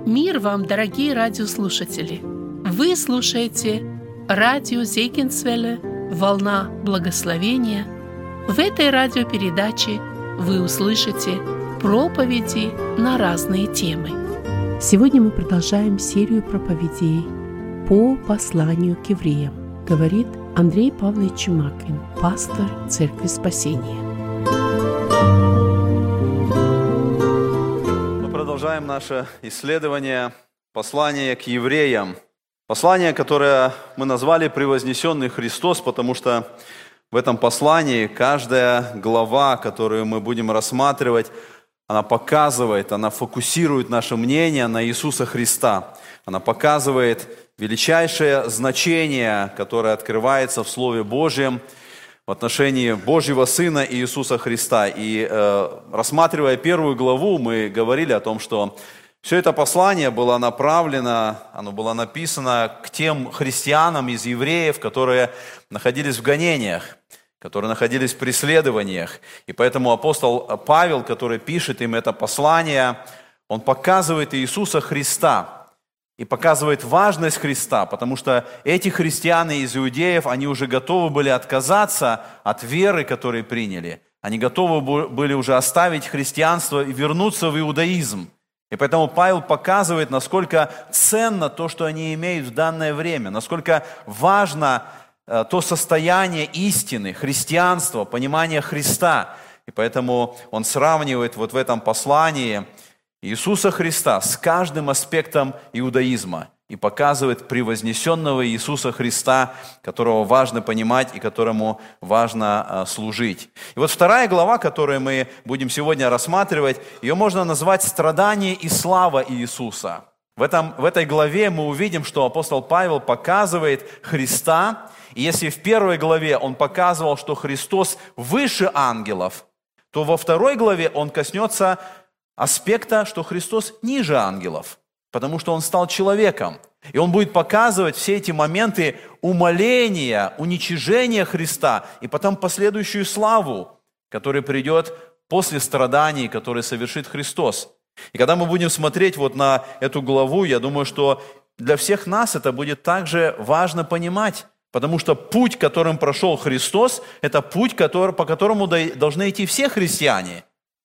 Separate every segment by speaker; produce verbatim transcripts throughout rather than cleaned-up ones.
Speaker 1: Мир вам, дорогие радиослушатели! Вы слушаете радио Зегенсвелле «Волна благословения». В этой радиопередаче вы услышите проповеди на разные темы. Сегодня мы продолжаем серию проповедей по посланию к евреям, говорит Андрей Павлович Чумакин, пастор Церкви Спасения.
Speaker 2: Мы продолжаем наше исследование послания к евреям. Послание, которое мы назвали «Превознесенный Христос», потому что в этом послании каждая глава, которую мы будем рассматривать, она показывает, она фокусирует наше мнение на Иисуса Христа. Она показывает величайшее значение, которое открывается в Слове Божьем в отношении Божьего Сына Иисуса Христа. И э, рассматривая первую главу, мы говорили о том, что все это послание было направлено, оно было написано к тем христианам из евреев, которые находились в гонениях, которые находились в преследованиях. И поэтому апостол Павел, который пишет им это послание, он показывает Иисуса Христа и показывает важность Христа, потому что эти христиане из иудеев, они уже готовы были отказаться от веры, которую приняли. Они готовы были уже оставить христианство и вернуться в иудаизм. И поэтому Павел показывает, насколько ценно то, что они имеют в данное время, насколько важно то состояние истины, христианства, понимания Христа. И поэтому он сравнивает вот в этом послании Иисуса Христа с каждым аспектом иудаизма и показывает превознесенного Иисуса Христа, которого важно понимать и которому важно служить. И вот вторая глава, которую мы будем сегодня рассматривать, ее можно назвать «Страдание и слава Иисуса». В, этом, в этой главе мы увидим, что апостол Павел показывает Христа. И если в первой главе он показывал, что Христос выше ангелов, то во второй главе он коснется аспекта, что Христос ниже ангелов, потому что Он стал человеком. И Он будет показывать все эти моменты умаления, уничижения Христа и потом последующую славу, которая придет после страданий, которые совершит Христос. И когда мы будем смотреть вот на эту главу, я думаю, что для всех нас это будет также важно понимать, потому что путь, которым прошел Христос, это путь, который, по которому должны идти все христиане.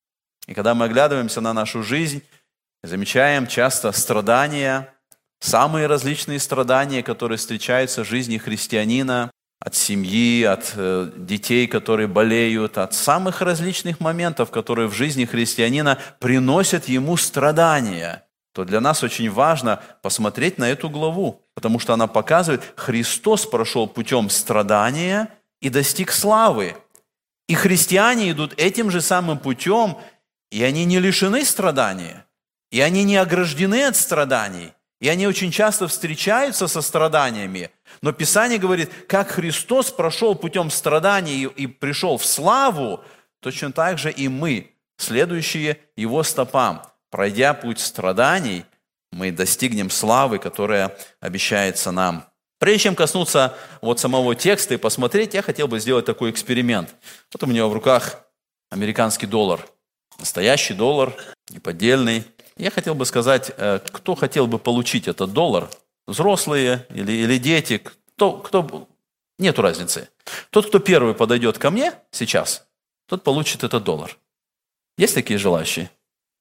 Speaker 2: И когда мы оглядываемся на нашу жизнь, замечаем часто страдания, самые различные страдания, которые встречаются в жизни христианина, от семьи, от э, детей, которые болеют, от самых различных моментов, которые в жизни христианина приносят ему страдания, то для нас очень важно посмотреть на эту главу, потому что она показывает, Христос прошел путем страдания и достиг славы. И христиане идут этим же самым путем, и они не лишены страдания, и они не ограждены от страданий, и они очень часто встречаются со страданиями. Но Писание говорит, как Христос прошел путем страданий и пришел в славу, точно так же и мы, следующие Его стопам, пройдя путь страданий, мы достигнем славы, которая обещается нам. Прежде чем коснуться вот самого текста и посмотреть, я хотел бы сделать такой эксперимент. Вот у меня в руках американский доллар. Настоящий доллар, неподдельный. Я хотел бы сказать, кто хотел бы получить этот доллар, взрослые или, или дети, кто, кто, нету разницы. Тот, кто первый подойдет ко мне сейчас, тот получит этот доллар. Есть такие желающие?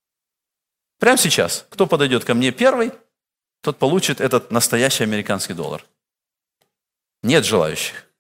Speaker 2: Прямо сейчас, кто подойдет ко мне первый, тот получит этот настоящий американский доллар. Нет желающих.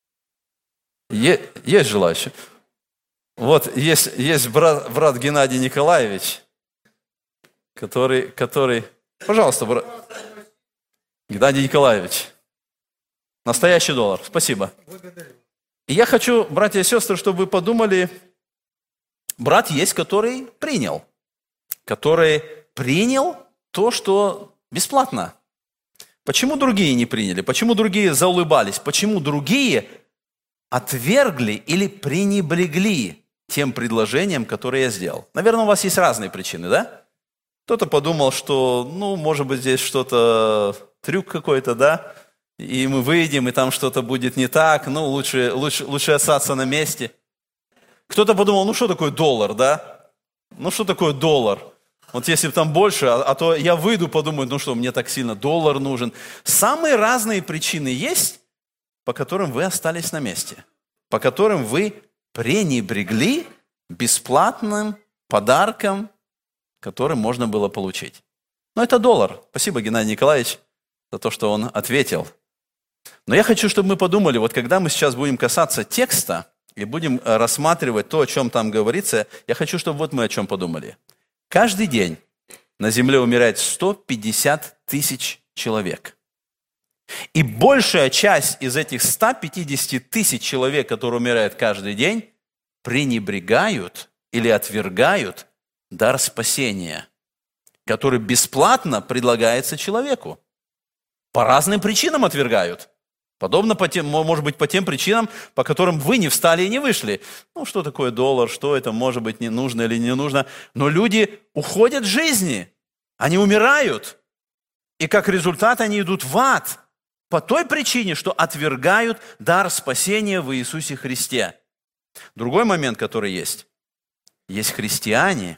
Speaker 2: Е- есть желающие. Вот есть, есть брат, брат Геннадий Николаевич, который, который... Пожалуйста, брат. Геннадий Николаевич. Настоящий доллар. Спасибо. И я хочу, братья и сестры, чтобы вы подумали, брат есть, который принял. Который принял то, что бесплатно. Почему другие не приняли? Почему другие заулыбались? Почему другие отвергли или пренебрегли тем предложением, которое я сделал? Наверное, у вас есть разные причины, да? Кто-то подумал, что, ну, может быть, здесь что-то, трюк какой-то, да? И мы выйдем, и там что-то будет не так, ну, лучше, лучше, лучше остаться на месте. Кто-то подумал, ну, что такое доллар, да? Ну, что такое доллар? Вот если бы там больше, а, а то я выйду, подумаю, ну что, мне так сильно доллар нужен. Самые разные причины есть, по которым вы остались на месте, по которым вы пренебрегли бесплатным подарком, который можно было получить. Но это доллар. Спасибо, Геннадий Николаевич, за то, что он ответил. Но я хочу, чтобы мы подумали, вот когда мы сейчас будем касаться текста и будем рассматривать то, о чем там говорится, я хочу, чтобы вот мы о чем подумали. Каждый день на земле умирает сто пятьдесят тысяч человек. И большая часть из этих ста пятидесяти тысяч человек, которые умирают каждый день, пренебрегают или отвергают дар спасения, который бесплатно предлагается человеку. По разным причинам отвергают. Подобно, по тем, может быть, по тем причинам, по которым вы не встали и не вышли. Ну, что такое доллар, что это, может быть, не нужно или не нужно. Но люди уходят с жизни, они умирают. И как результат они идут в ад. По той причине, что отвергают дар спасения в Иисусе Христе. Другой момент, который есть. Есть христиане,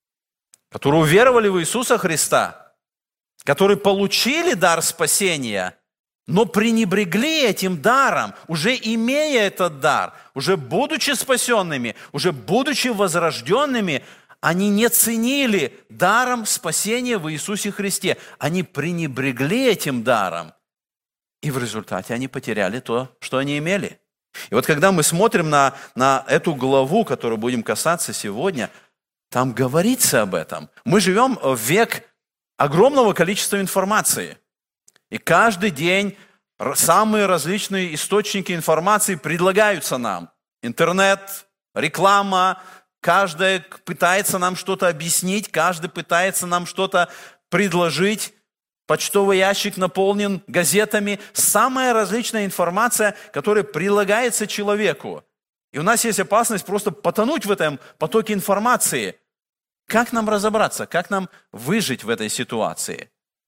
Speaker 2: которые уверовали в Иисуса Христа, которые получили дар спасения, но пренебрегли этим даром, уже имея этот дар, уже будучи спасенными, уже будучи возрожденными, они не ценили даром спасения в Иисусе Христе. Они пренебрегли этим даром, и в результате они потеряли то, что они имели. И вот когда мы смотрим на, на эту главу, которую будем касаться сегодня, там говорится об этом. Мы живем в век огромного количества информации. И каждый день самые различные источники информации предлагаются нам. Интернет, реклама, каждый пытается нам что-то объяснить, каждый пытается нам что-то предложить. Почтовый ящик наполнен газетами. Самая различная информация, которая прилагается человеку. И у нас есть опасность просто потонуть в этом потоке информации. Как нам разобраться? Как нам выжить в этой ситуации?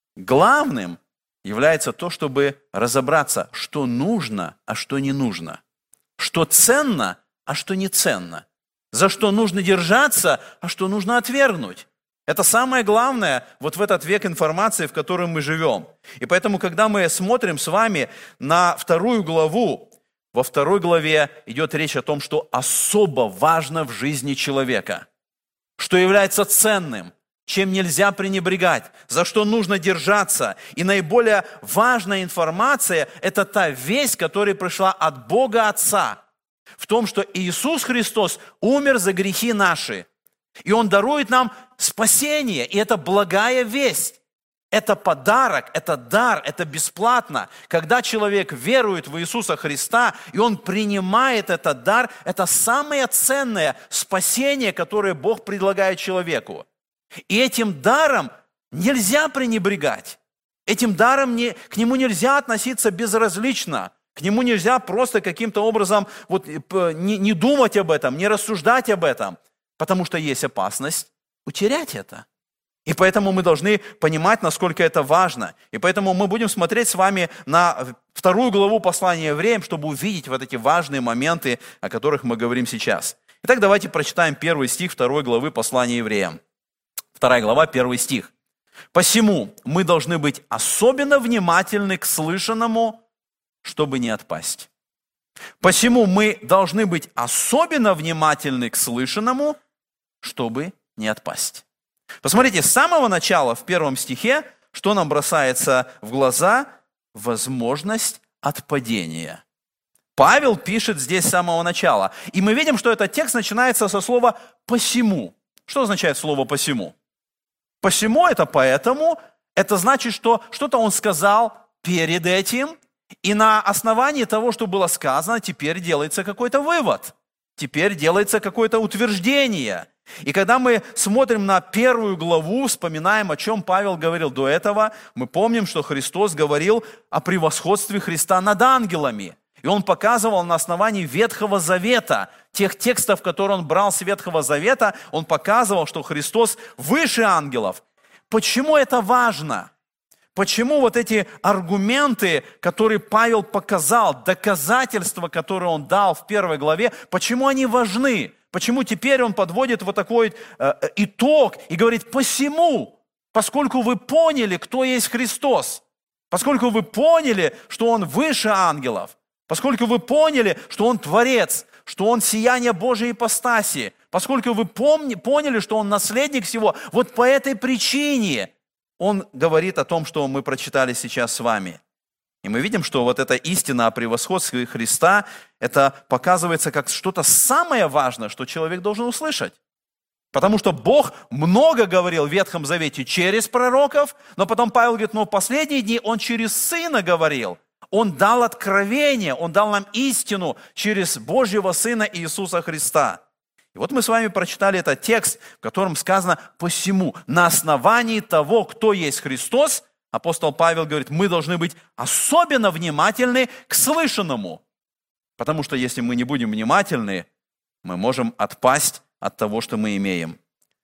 Speaker 2: Главным является то, чтобы разобраться, что нужно, а что не нужно. Что ценно, а что не ценно. За что нужно держаться, а что нужно отвергнуть. Это самое главное вот в этот век информации, в котором мы живем. И поэтому, когда мы смотрим с вами на вторую главу, во второй главе идет речь о том, что особо важно в жизни человека, что является ценным, чем нельзя пренебрегать, за что нужно держаться. И наиболее важная информация – это та весть, которая пришла от Бога Отца, в том, что Иисус Христос умер за грехи наши, и Он дарует нам спасение, и это благая весть. Это подарок, это дар, это бесплатно. Когда человек верует в Иисуса Христа, и он принимает этот дар, это самое ценное спасение, которое Бог предлагает человеку. И этим даром нельзя пренебрегать. Этим даром не, к нему нельзя относиться безразлично. К нему нельзя просто каким-то образом вот, не, не думать об этом, не рассуждать об этом, потому что есть опасность утерять это. И поэтому мы должны понимать, насколько это важно. И поэтому мы будем смотреть с вами на вторую главу послания Евреям, чтобы увидеть вот эти важные моменты, о которых мы говорим сейчас. Итак, давайте прочитаем первый стих второй главы послания Евреям. Вторая глава, первый стих. «Посему мы должны быть особенно внимательны к слышанному, чтобы не отпасть. Посему мы должны быть особенно внимательны к слышанному, чтобы не отпасть». Посмотрите, с самого начала в первом стихе, что нам бросается в глаза? Возможность отпадения. Павел пишет здесь с самого начала. И мы видим, что этот текст начинается со слова «посему». Что означает слово «посему»? «Посему» — это «поэтому». Это значит, что что-то он сказал перед этим, и на основании того, что было сказано, теперь делается какой-то вывод. Теперь делается какое-то утверждение. И когда мы смотрим на первую главу, вспоминаем, о чем Павел говорил до этого, мы помним, что Христос говорил о превосходстве Христа над ангелами. И он показывал на основании Ветхого Завета, тех текстов, которые он брал с Ветхого Завета, он показывал, что Христос выше ангелов. Почему это важно? Почему вот эти аргументы, которые Павел показал, доказательства, которые он дал в первой главе, почему они важны?
Speaker 3: Почему теперь он подводит вот такой э, итог и говорит: посему, поскольку вы поняли, кто есть Христос, поскольку вы поняли, что Он выше ангелов, поскольку вы поняли, что Он Творец, что Он сияние Божьей ипостаси, поскольку вы помни, поняли, что Он наследник всего, вот по этой причине Он говорит о том, что мы прочитали сейчас с вами. И мы видим, что вот эта истина о превосходстве Христа, это показывается как что-то самое важное, что человек должен услышать. Потому что Бог много говорил в Ветхом Завете через пророков, но потом Павел говорит, но в последние дни Он через Сына говорил. Он дал откровение, Он дал нам истину через Божьего Сына Иисуса Христа. И вот мы с вами прочитали этот текст, в котором сказано: «Посему, на основании того, кто есть Христос», апостол Павел говорит, мы должны быть особенно внимательны к слышанному. Потому что если мы не будем внимательны, мы можем отпасть от того, что мы имеем.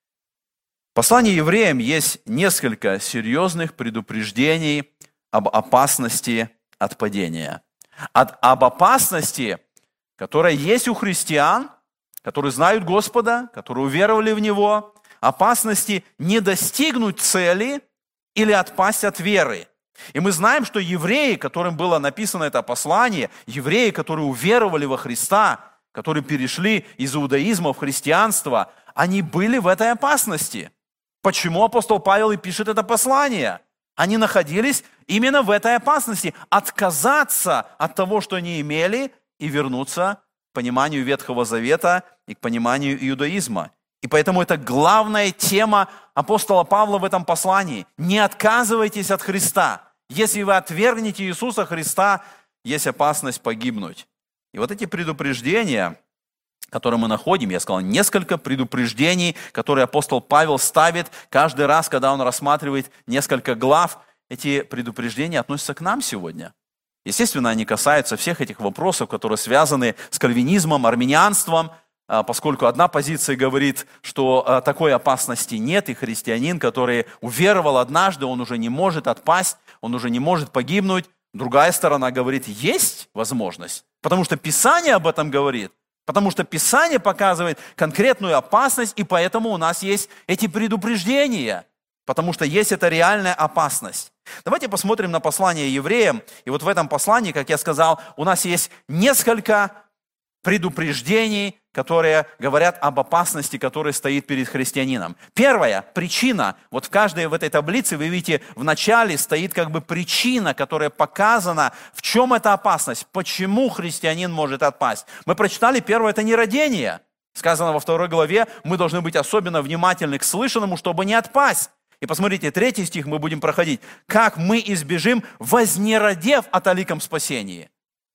Speaker 3: В послании евреям есть несколько серьезных предупреждений об опасности от падения. От, об опасности, которая есть у христиан, которые знают Господа, которые уверовали в Него, опасности не достигнуть цели или отпасть от веры. И мы знаем, что евреи, которым было написано это послание, евреи, которые уверовали во Христа, которые перешли из иудаизма в христианство, они были в этой опасности. Почему апостол Павел и пишет это послание? Они находились именно в этой опасности отказаться от того, что они имели, и вернуться к пониманию Ветхого Завета и к пониманию иудаизма. И поэтому это главная тема апостола Павла в этом послании. Не отказывайтесь от Христа. Если вы отвергнете Иисуса Христа, есть опасность погибнуть. И вот эти предупреждения, которые мы находим, я сказал, несколько предупреждений, которые апостол Павел ставит каждый раз, когда он рассматривает несколько глав, эти предупреждения относятся к нам сегодня. Естественно, они касаются всех этих вопросов, которые связаны с кальвинизмом, армянианством, поскольку одна позиция говорит, что такой опасности нет, и христианин, который уверовал однажды, он уже не может отпасть, он уже не может погибнуть. Другая сторона говорит, есть возможность, потому что Писание об этом говорит, потому что Писание показывает конкретную опасность, и поэтому у нас есть эти предупреждения, потому что есть эта реальная опасность. Давайте посмотрим на послание евреям, и вот в этом послании, как я сказал, у нас есть несколько предупреждений, которые говорят об опасности, которая стоит перед христианином. Первая причина, вот в каждой в этой таблице, вы видите, в начале стоит как бы причина, которая показана, в чем эта опасность, почему христианин может отпасть. Мы прочитали первое, это нерадение. Сказано во второй главе, мы должны быть особенно внимательны к слышанному, чтобы не отпасть. И посмотрите, третий стих мы будем проходить. Как мы избежим, вознеродев о таликом спасении.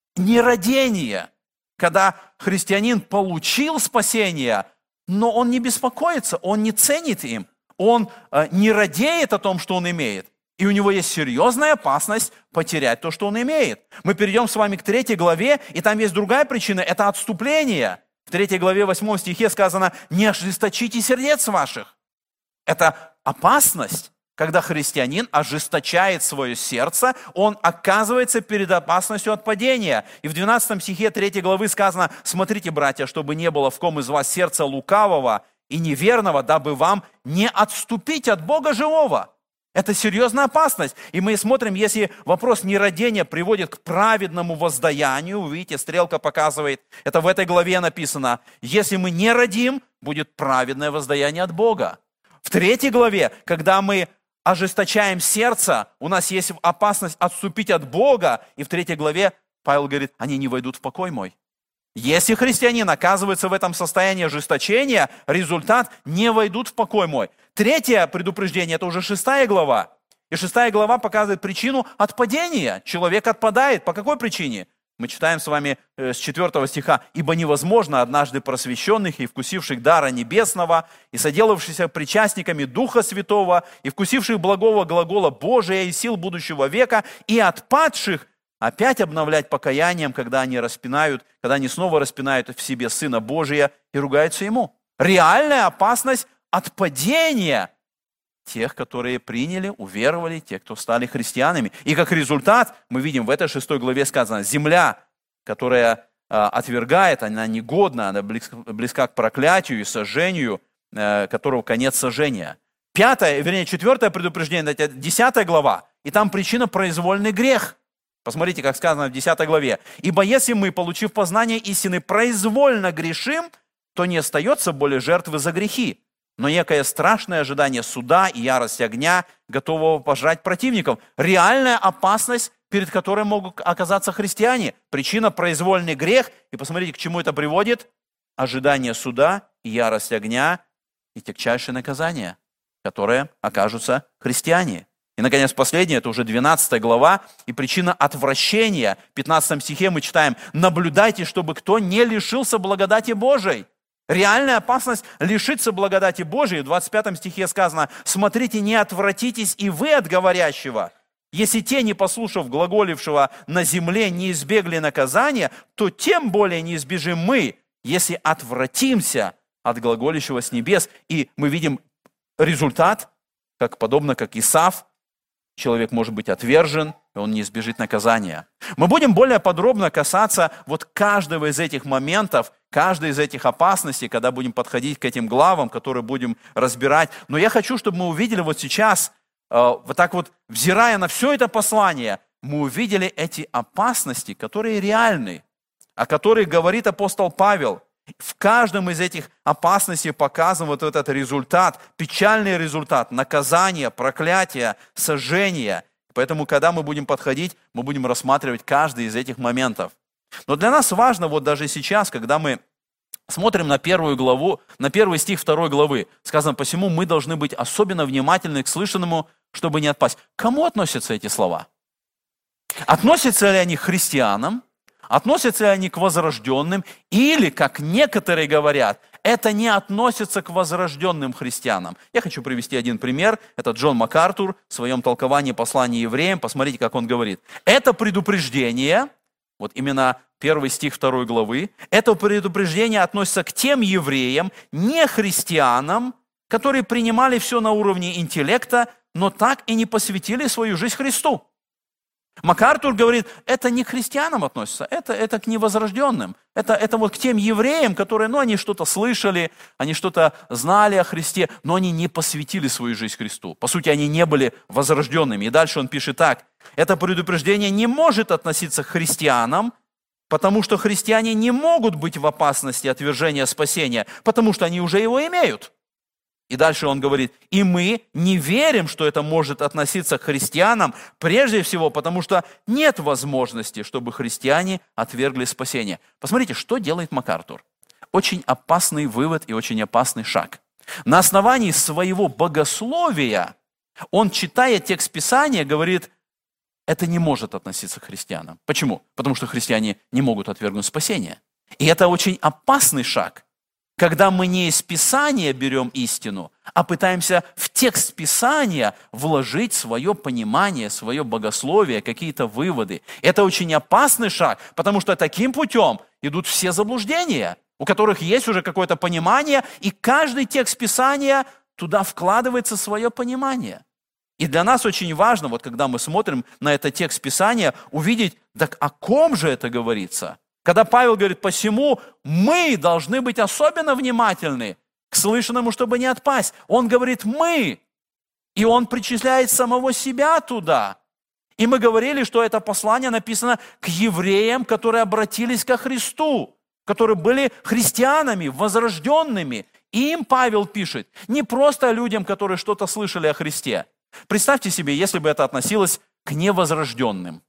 Speaker 3: Нерадение. Когда христианин получил спасение, но он не беспокоится, он не ценит им, он э, не радеет о том, что он имеет. И у него есть серьезная опасность потерять то, что он имеет. Мы перейдем с вами к третьей главе, и там есть другая причина, это отступление. В третьей главе, восьмом стихе сказано, не ожесточите сердец ваших. Это опасность. Когда христианин ожесточает свое сердце, он оказывается перед опасностью от падения. И в двенадцатом стихе третьей главы сказано, смотрите, братья, чтобы не было в ком из вас сердца лукавого и неверного, дабы вам не отступить от Бога живого. Это серьезная опасность. И мы смотрим, если вопрос нерадения приводит к праведному воздаянию, вы видите, стрелка показывает, это в этой главе написано, если мы не родим, будет праведное воздаяние от Бога. В третьей главе, когда мы ожесточаем сердце, у нас есть опасность отступить от Бога. И в третьей главе Павел говорит, они не войдут в покой мой. Если христианин оказывается в этом состоянии ожесточения, результат – не войдут в покой мой. Третье предупреждение – это уже шестая глава. И шестая глава показывает причину отпадения. Человек отпадает. По какой причине? Мы читаем с вами с четвёртого стиха. «Ибо невозможно однажды просвещенных и вкусивших дара небесного, и соделавшихся причастниками Духа Святого, и вкусивших благого глагола Божия и сил будущего века, и отпадших опять обновлять покаянием, когда они распинают, когда они снова распинают в себе Сына Божия и ругаются Ему». Реальная опасность от падения тех, которые приняли, уверовали, те, кто стали христианами. И как результат, мы видим в этой шестой главе сказано, земля, которая отвергает, она негодна, она близка к проклятию и сожжению, которого конец сожжения. Пятое, вернее, четвертое предупреждение, это десятая глава, и там причина произвольный грех. Посмотрите, как сказано в десятой главе. «Ибо если мы, получив познание истины, произвольно грешим, то не остается более жертвы за грехи, но некое страшное ожидание суда и ярость огня, готового пожрать противников». Реальная опасность, перед которой могут оказаться христиане. Причина – произвольный грех. И посмотрите, к чему это приводит. Ожидание суда и ярость огня и тягчайшее наказание, которые окажутся христиане. И, наконец, последнее, это уже двенадцатая глава, и причина отвращения. В пятнадцатом стихе мы читаем: «Наблюдайте, чтобы кто не лишился благодати Божией». Реальная опасность лишиться благодати Божией. В двадцать пятом стихе сказано: «Смотрите, не отвратитесь и вы от говорящего. Если те, не послушав глаголившего на земле, не избегли наказания, то тем более не избежим мы, если отвратимся от глаголящего с небес». И мы видим результат, как подобно как Исав, человек может быть отвержен, и он не избежит наказания. Мы будем более подробно касаться вот каждого из этих моментов, каждой из этих опасностей, когда будем подходить к этим главам, которые будем разбирать. Но я хочу, чтобы мы увидели вот сейчас, вот так вот, взирая на все это послание, мы увидели эти опасности, которые реальны, о которых говорит апостол Павел. В каждом из этих опасностей показан вот этот результат, печальный результат, наказание, проклятие, сожжение. Поэтому, когда мы будем подходить, мы будем рассматривать каждый из этих моментов. Но для нас важно вот даже сейчас, когда мы смотрим на первую главу, на первый стих второй главы, сказано: «Посему мы должны быть особенно внимательны к слышанному, чтобы не отпасть». К кому относятся эти слова? Относятся ли они к христианам? Относятся ли они к возрожденным? Или, как некоторые говорят, это не относится к возрожденным христианам? Я хочу привести один пример. Это Джон МакАртур в своем толковании послания евреям. Посмотрите, как он говорит. Это предупреждение, вот именно первый стих второй главы, это предупреждение относится к тем евреям, не христианам, которые принимали все на уровне интеллекта, но так и не посвятили свою жизнь Христу. МакАртур говорит, это не к христианам относится, это, это к невозрожденным. Это, это вот к тем евреям, которые, ну, они что-то слышали, они что-то знали о Христе, но они не посвятили свою жизнь Христу. По сути, они не были возрожденными. И дальше он пишет так: это предупреждение не может относиться к христианам, потому что христиане не могут быть в опасности отвержения спасения, потому что они уже его имеют. И дальше он говорит, и мы не верим, что это может относиться к христианам, прежде всего, потому что нет возможности, чтобы христиане отвергли спасение. Посмотрите, что делает МакАртур. Очень опасный вывод и очень опасный шаг. На основании своего богословия он, читая текст Писания, говорит, это не может относиться к христианам. Почему? Потому что христиане не могут отвергнуть спасение. И это очень опасный шаг. Когда мы не из Писания берем истину, а пытаемся в текст Писания вложить свое понимание, свое богословие, какие-то выводы. Это очень опасный шаг, потому что таким путем идут все заблуждения, у которых есть уже какое-то понимание, и каждый текст Писания туда вкладывается свое понимание. И для нас очень важно, вот когда мы смотрим на этот текст Писания, увидеть, так о ком же это говорится? Когда Павел говорит, посему мы должны быть особенно внимательны к слышанному, чтобы не отпасть. Он говорит «мы», и он причисляет самого себя туда. И мы говорили, что это послание написано к евреям, которые обратились ко Христу, которые были христианами, возрожденными. И им Павел пишет, не просто людям, которые что-то слышали о Христе. Представьте себе, если бы это относилось к невозрожденным.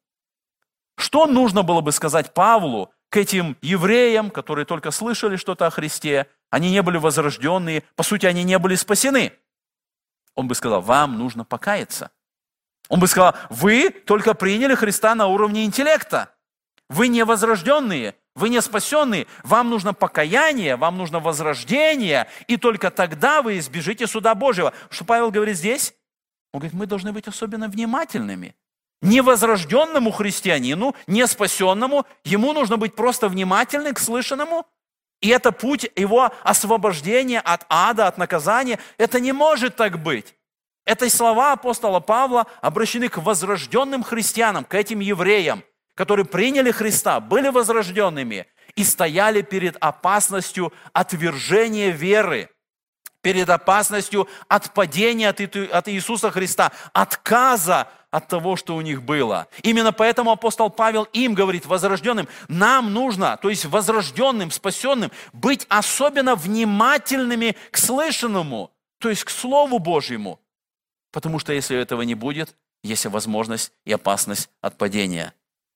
Speaker 3: Что нужно было бы сказать Павлу к этим евреям, которые только слышали что-то о Христе, они не были возрожденные, по сути, они не были спасены? Он бы сказал, вам нужно покаяться. Он бы сказал, вы только приняли Христа на уровне интеллекта. Вы не возрожденные, вы не спасенные, вам нужно покаяние, вам нужно возрождение, и только тогда вы избежите суда Божьего. Что Павел говорит здесь? Он говорит, мы должны быть особенно внимательными. Невозрожденному христианину, не спасенному, ему нужно быть просто внимательным к слышанному. И это путь его освобождения от ада, от наказания. Это не может так быть. Это слова апостола Павла обращены к возрожденным христианам, к этим евреям, которые приняли Христа, были возрожденными. и стояли перед опасностью отвержения веры, перед опасностью отпадения от Иисуса Христа, отказа от того, что у них было. Именно поэтому апостол Павел им говорит, возрожденным, нам нужно, то есть возрожденным, спасенным, быть особенно внимательными к слышанному, то есть к Слову Божьему. Потому что если этого не будет, есть возможность и опасность отпадения.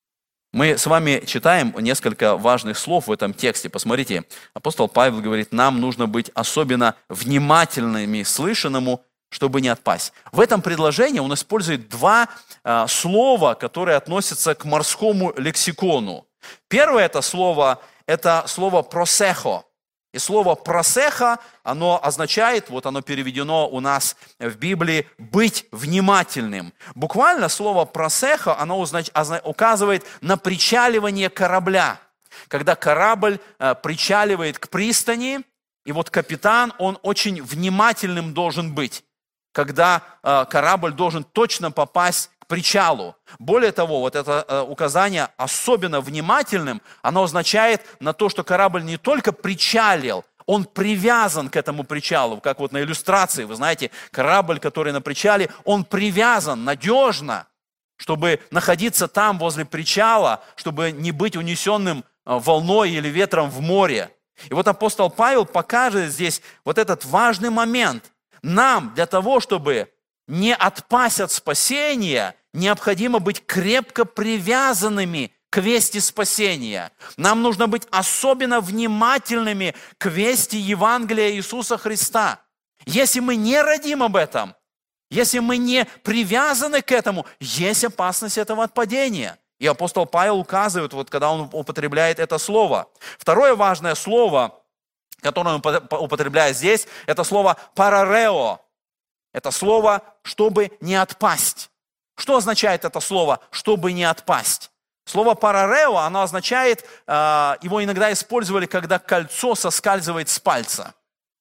Speaker 3: Мы с вами читаем несколько важных слов в этом тексте. Посмотрите, апостол Павел говорит, нам нужно быть особенно внимательными к слышанному, чтобы не отпасть. В этом предложении он использует два а, слова, которые относятся к морскому лексикону. Первое это слово, это слово «просехо». И слово «просеха», оно означает, вот оно переведено у нас в Библии, «быть внимательным». Буквально слово «просеха», оно указывает на причаливание корабля. Когда корабль причаливает к пристани, и вот капитан, он очень внимательным должен быть, когда корабль должен точно попасть к причалу. Более того, вот это указание особенно внимательным, оно означает на то, что корабль не только причалил, он привязан к этому причалу, как вот на иллюстрации, вы знаете, корабль, который на причале, он привязан надежно, чтобы находиться там, возле причала, чтобы не быть унесенным волной или ветром в море. И вот апостол Павел покажет здесь вот этот важный момент. Нам для того, чтобы не отпасть от спасения, необходимо быть крепко привязанными к вести спасения. Нам нужно быть особенно внимательными к вести Евангелия Иисуса Христа. Если мы не радим об этом, если мы не привязаны к этому, есть опасность этого отпадения. И апостол Павел указывает, вот когда он употребляет это слово. Второе важное слово, которое он употребляет здесь, это слово «парарео». Это слово «чтобы не отпасть». Что означает это слово «чтобы не отпасть»? Слово «парарео», оно означает, его иногда использовали, когда кольцо соскальзывает с пальца.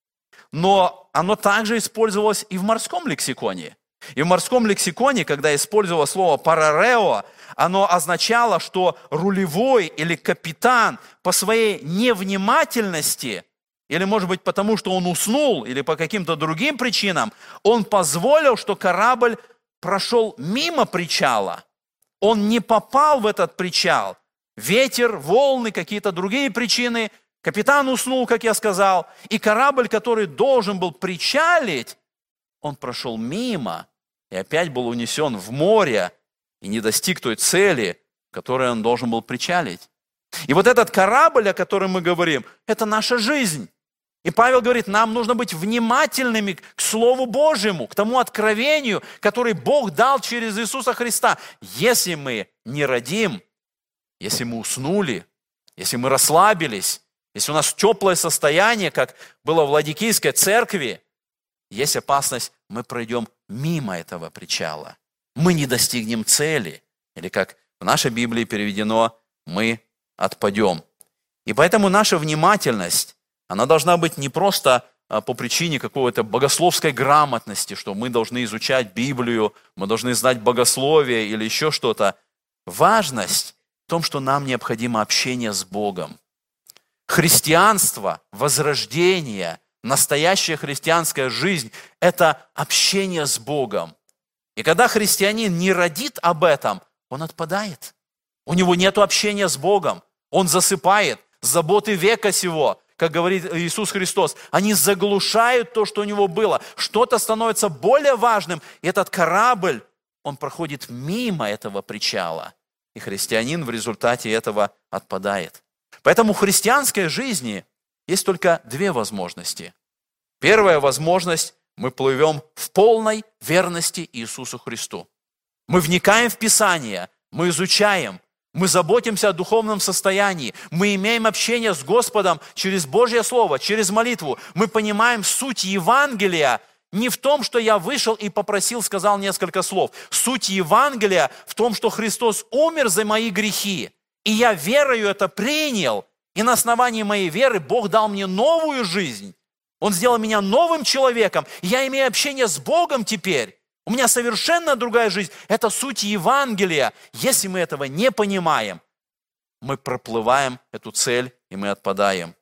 Speaker 3: Но оно также использовалось и в морском лексиконе. И в морском лексиконе, когда использовалось слово «парарео», оно означало, что рулевой или капитан по своей невнимательности, или, может быть, потому что он уснул, или по каким-то другим причинам, он позволил, что корабль прошел мимо причала. Он не попал в этот причал. Ветер, волны, какие-то другие причины. Капитан уснул, как я сказал. И корабль, который должен был причалить, он прошел мимо и опять был унесен в море и не достиг той цели, к которой он должен был причалить. И вот этот корабль, о котором мы говорим, это наша жизнь. И Павел говорит, нам нужно быть внимательными к Слову Божьему, к тому откровению, которое Бог дал через Иисуса Христа. Если мы не родим, если мы уснули, если мы расслабились, если у нас теплое состояние, как было в Ладикийской церкви, есть опасность, мы пройдем мимо этого причала. Мы не достигнем цели. Или как в нашей Библии переведено, мы отпадем. И поэтому наша внимательность, она должна быть не просто по причине какой-то богословской грамотности, что мы должны изучать Библию, мы должны знать богословие или еще что-то. Важность в том, что нам необходимо общение с Богом. Христианство, возрождение, настоящая христианская жизнь – это общение с Богом. И когда христианин не родит об этом, он отпадает. У него нет общения с Богом. Он засыпает. Заботы века сего, как говорит Иисус Христос, они заглушают то, что у него было. Что-то становится более важным. И этот корабль, он проходит мимо этого причала. И христианин в результате этого отпадает. Поэтому в христианской жизни есть только две возможности. Первая возможность – мы плывем в полной верности Иисусу Христу. Мы вникаем в Писание, мы изучаем, мы заботимся о духовном состоянии, мы имеем общение с Господом через Божье Слово, через молитву. Мы понимаем суть Евангелия не в том, что я вышел и попросил, сказал несколько слов. Суть Евангелия в том, что Христос умер за мои грехи, и я верою это принял, и на основании моей веры Бог дал мне новую жизнь. Он сделал меня новым человеком, и я имею общение с Богом теперь. У меня совершенно другая жизнь. Это суть Евангелия. Если мы этого не понимаем, мы проплываем эту цель и мы отпадаем.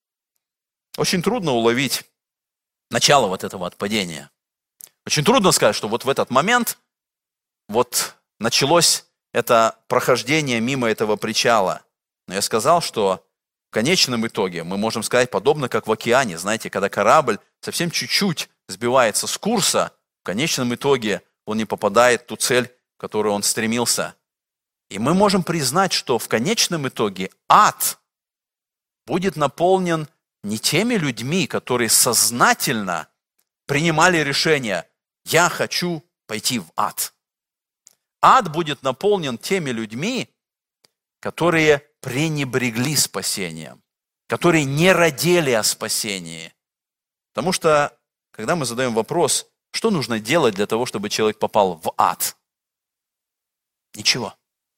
Speaker 3: Очень трудно уловить начало вот этого отпадения. Очень трудно сказать, что вот в этот момент вот началось это прохождение мимо этого причала. Но я сказал, что в конечном итоге мы можем сказать подобно как в океане. Знаете, когда корабль совсем чуть-чуть сбивается с курса, в конечном итоге он не попадает в ту цель, к которой он стремился. И мы можем признать, что в конечном итоге ад будет наполнен не теми людьми, которые сознательно принимали решение «я хочу пойти в ад». Ад будет наполнен теми людьми, которые пренебрегли спасением, которые не радели о спасении. Потому что, когда мы задаем вопрос, что нужно делать для того, чтобы человек попал в ад? Ничего.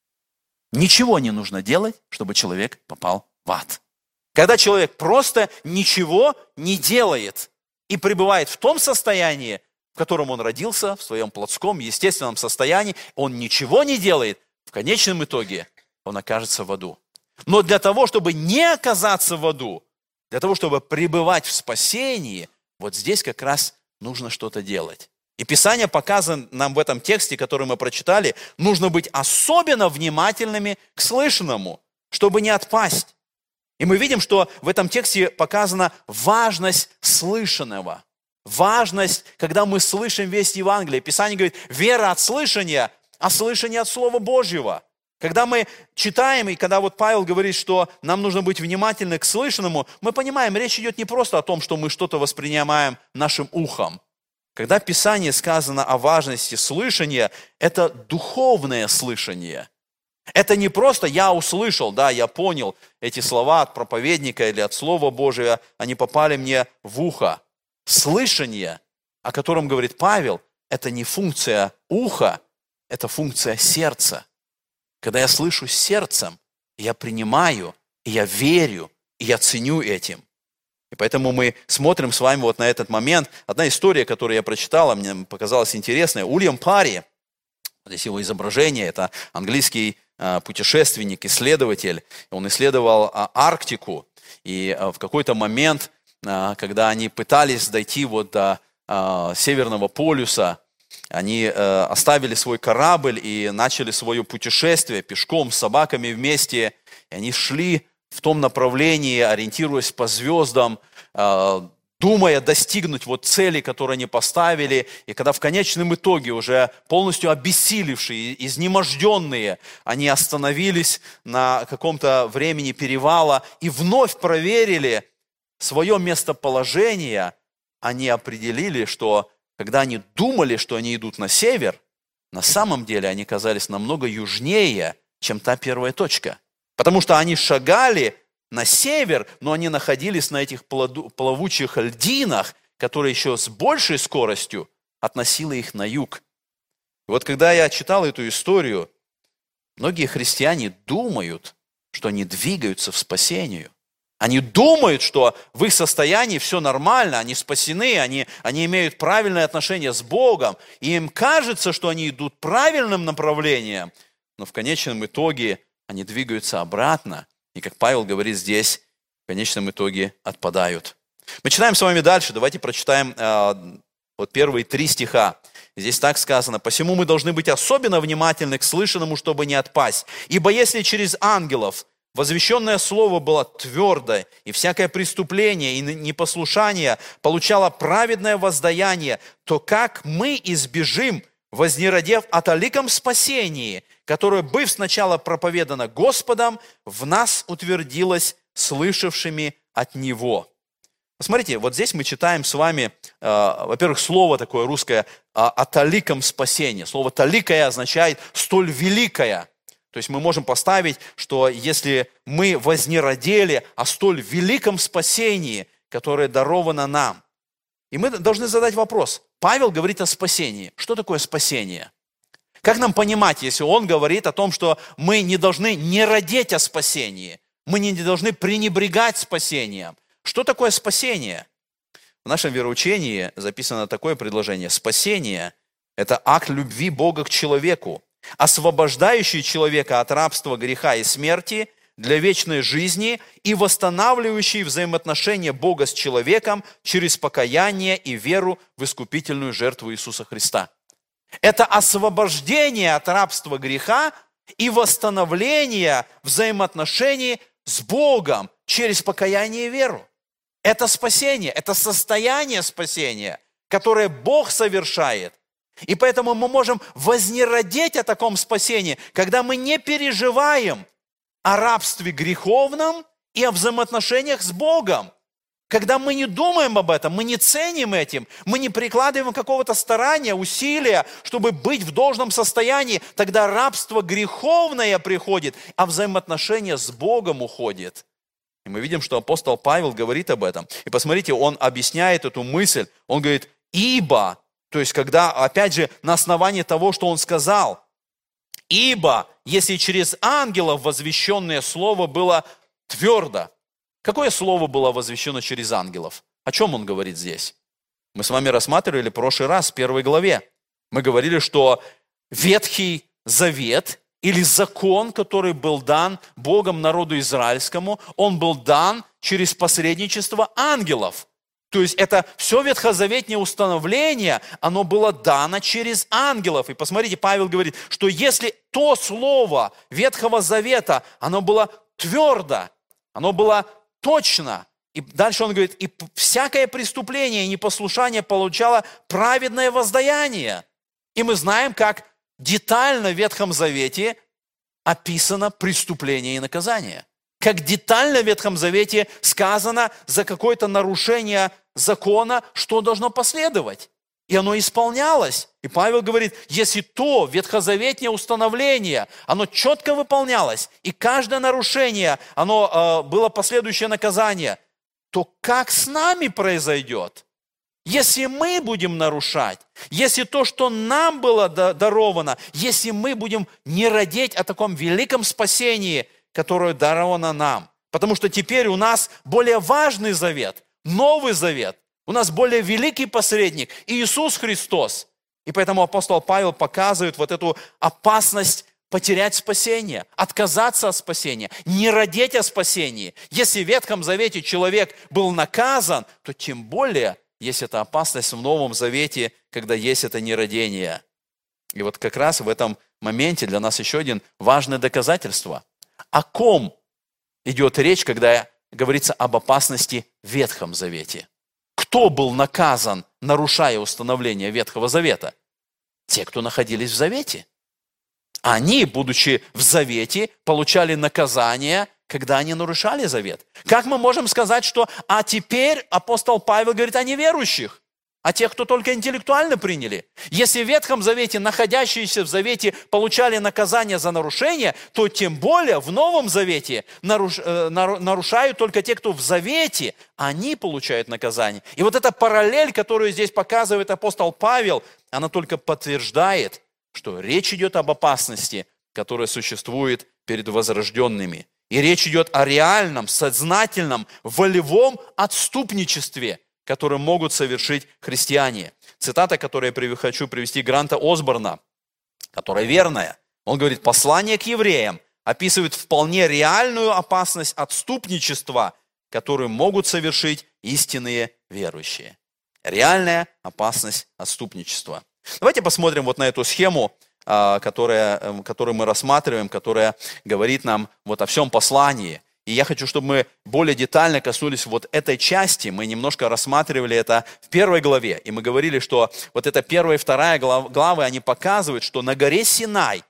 Speaker 3: Ничего не нужно делать, чтобы человек попал в ад. Когда человек просто ничего не делает и пребывает в том состоянии, в котором он родился, в своем плотском, естественном состоянии, он ничего не делает, в конечном итоге он окажется в аду. Но для того, чтобы не оказаться в аду, для того, чтобы пребывать в спасении, вот здесь как раз нужно что-то делать. И Писание показано нам в этом тексте, который мы прочитали, нужно быть особенно внимательными к слышанному, чтобы не отпасть. И мы видим, что в этом тексте показана важность слышанного. Важность, когда мы слышим весть Евангелия. Писание говорит, вера от слышания, а слышание от Слова Божьего. Когда мы читаем, и когда вот Павел говорит, что нам нужно быть внимательны к слышанному, мы понимаем, речь идет не просто о том, что мы что-то воспринимаем нашим ухом. Когда в Писании сказано о важности слышания, это духовное слышание. Это не просто я услышал, да, я понял эти слова от проповедника или от Слова Божия, они попали мне в ухо. Слышание, о котором говорит Павел, это не функция уха, это функция сердца. Когда я слышу сердцем, я принимаю, и я верю, и я ценю этим. И поэтому мы смотрим с вами вот на этот момент. Одна история, которую я прочитал, мне показалась интересной. Уильям Парри, здесь его изображение, это английский э, путешественник, исследователь. Он исследовал э, Арктику, и э, в какой-то момент, э, когда они пытались дойти вот до э, Северного полюса, они э, оставили свой корабль и начали свое путешествие пешком, с собаками вместе. И они шли в том направлении, ориентируясь по звездам, э, думая достигнуть вот цели, которые они поставили. И когда в конечном итоге, уже полностью обессилевшие, изнеможденные, они остановились на каком-то времени перевала и вновь проверили свое местоположение, они определили, что когда они думали, что они идут на север, на самом деле они казались намного южнее, чем та первая точка. Потому что они шагали на север, но они находились на этих плавучих льдинах, которые еще с большей скоростью относило их на юг. И вот когда я читал эту историю, многие христиане думают, что они двигаются в спасению. Они думают, что в их состоянии все нормально, они спасены, они, они имеют правильное отношение с Богом, и им кажется, что они идут правильным направлением, но в конечном итоге они двигаются обратно, и, как Павел говорит здесь, в конечном итоге отпадают. Мы читаем с вами дальше, давайте прочитаем э, вот первые три стиха. Здесь так сказано: «Посему мы должны быть особенно внимательны к слышанному, чтобы не отпасть. Ибо если через ангелов возвещенное слово было твердо, и всякое преступление и непослушание получало праведное воздаяние, то как мы избежим, вознеродев о толиком спасении, которое, быв сначала проповедано Господом, в нас утвердилось слышавшими от Него». Посмотрите, вот здесь мы читаем с вами, э, во-первых, слово такое русское э, о толиком спасении. Слово «толикое» означает «столь великое». То есть мы можем поставить, что если мы вознеродели о столь великом спасении, которое даровано нам, и мы должны задать вопрос. Павел говорит о спасении. Что такое спасение? Как нам понимать, если он говорит о том, что мы не должны не родить о спасении, мы не должны пренебрегать спасением? Что такое спасение? В нашем вероучении записано такое предложение. Спасение – это акт любви Бога к человеку, освобождающий человека от рабства, греха и смерти для вечной жизни и восстанавливающий взаимоотношения Бога с человеком через покаяние и веру в искупительную жертву Иисуса Христа. Это освобождение от рабства греха и восстановление взаимоотношений с Богом через покаяние и веру. Это спасение, это состояние спасения, которое Бог совершает. И поэтому мы можем вознеродеть о таком спасении, когда мы не переживаем о рабстве греховном и о взаимоотношениях с Богом. Когда мы не думаем об этом, мы не ценим этим, мы не прикладываем какого-то старания, усилия, чтобы быть в должном состоянии, тогда рабство греховное приходит, а взаимоотношения с Богом уходит. И мы видим, что апостол Павел говорит об этом. И посмотрите, он объясняет эту мысль. Он говорит, ибо, то есть когда, опять же, на основании того, что он сказал, ибо, если через ангелов возвещенное слово было твердо. Какое слово было возвещено через ангелов? О чем он говорит здесь? Мы с вами рассматривали в прошлый раз, в первой главе. Мы говорили, что Ветхий Завет или закон, который был дан Богом народу израильскому, он был дан через посредничество ангелов. То есть это все ветхозаветнее установление, оно было дано через ангелов. И посмотрите, Павел говорит, что если то слово Ветхого Завета, оно было твердо, оно было точно. И дальше он говорит, и всякое преступление и непослушание получало праведное воздаяние. И мы знаем, как детально в Ветхом Завете описано преступление и наказание. Как детально в Ветхом Завете сказано за какое-то нарушение закона, что должно последовать. И оно исполнялось. И Павел говорит, если то ветхозаветнее установление, оно четко выполнялось, и каждое нарушение, оно э, было последующее наказание, то как с нами произойдет? Если мы будем нарушать, если то, что нам было даровано, если мы будем не радеть о таком великом спасении, которое даровано нам. Потому что теперь у нас более важный завет, Новый Завет. У нас более великий посредник, Иисус Христос. И поэтому апостол Павел показывает вот эту опасность потерять спасение, отказаться от спасения, не радеть о спасении. Если в Ветхом Завете человек был наказан, то тем более есть эта опасность в Новом Завете, когда есть это нерадение. И вот как раз в этом моменте для нас еще один важное доказательство. О ком идет речь, когда говорится об опасности в Ветхом Завете? Кто был наказан, нарушая установление Ветхого Завета? Те, кто находились в Завете. Они, будучи в Завете, получали наказание, когда они нарушали Завет. Как мы можем сказать, что а теперь апостол Павел говорит о неверующих, о тех, кто только интеллектуально приняли? Если в Ветхом Завете находящиеся в Завете получали наказание за нарушение, то тем более в Новом Завете наруш, э, нарушают только те, кто в Завете, они получают наказание. И вот эта параллель, которую здесь показывает апостол Павел, она только подтверждает, что речь идет об опасности, которая существует перед возрожденными. И речь идет о реальном, сознательном, волевом отступничестве, которые могут совершить христиане. Цитата, которую я хочу привести Гранта Осборна, которая верная. Он говорит, послание к евреям описывает вполне реальную опасность отступничества, которую могут совершить истинные верующие. Реальная опасность отступничества. Давайте посмотрим вот на эту схему, которая, которую мы рассматриваем, которая говорит нам вот о всем послании. И я хочу, чтобы мы более детально коснулись вот этой части. Мы немножко рассматривали это в первой главе. И мы говорили, что вот эта первая и вторая главы, они показывают, что на горе Синай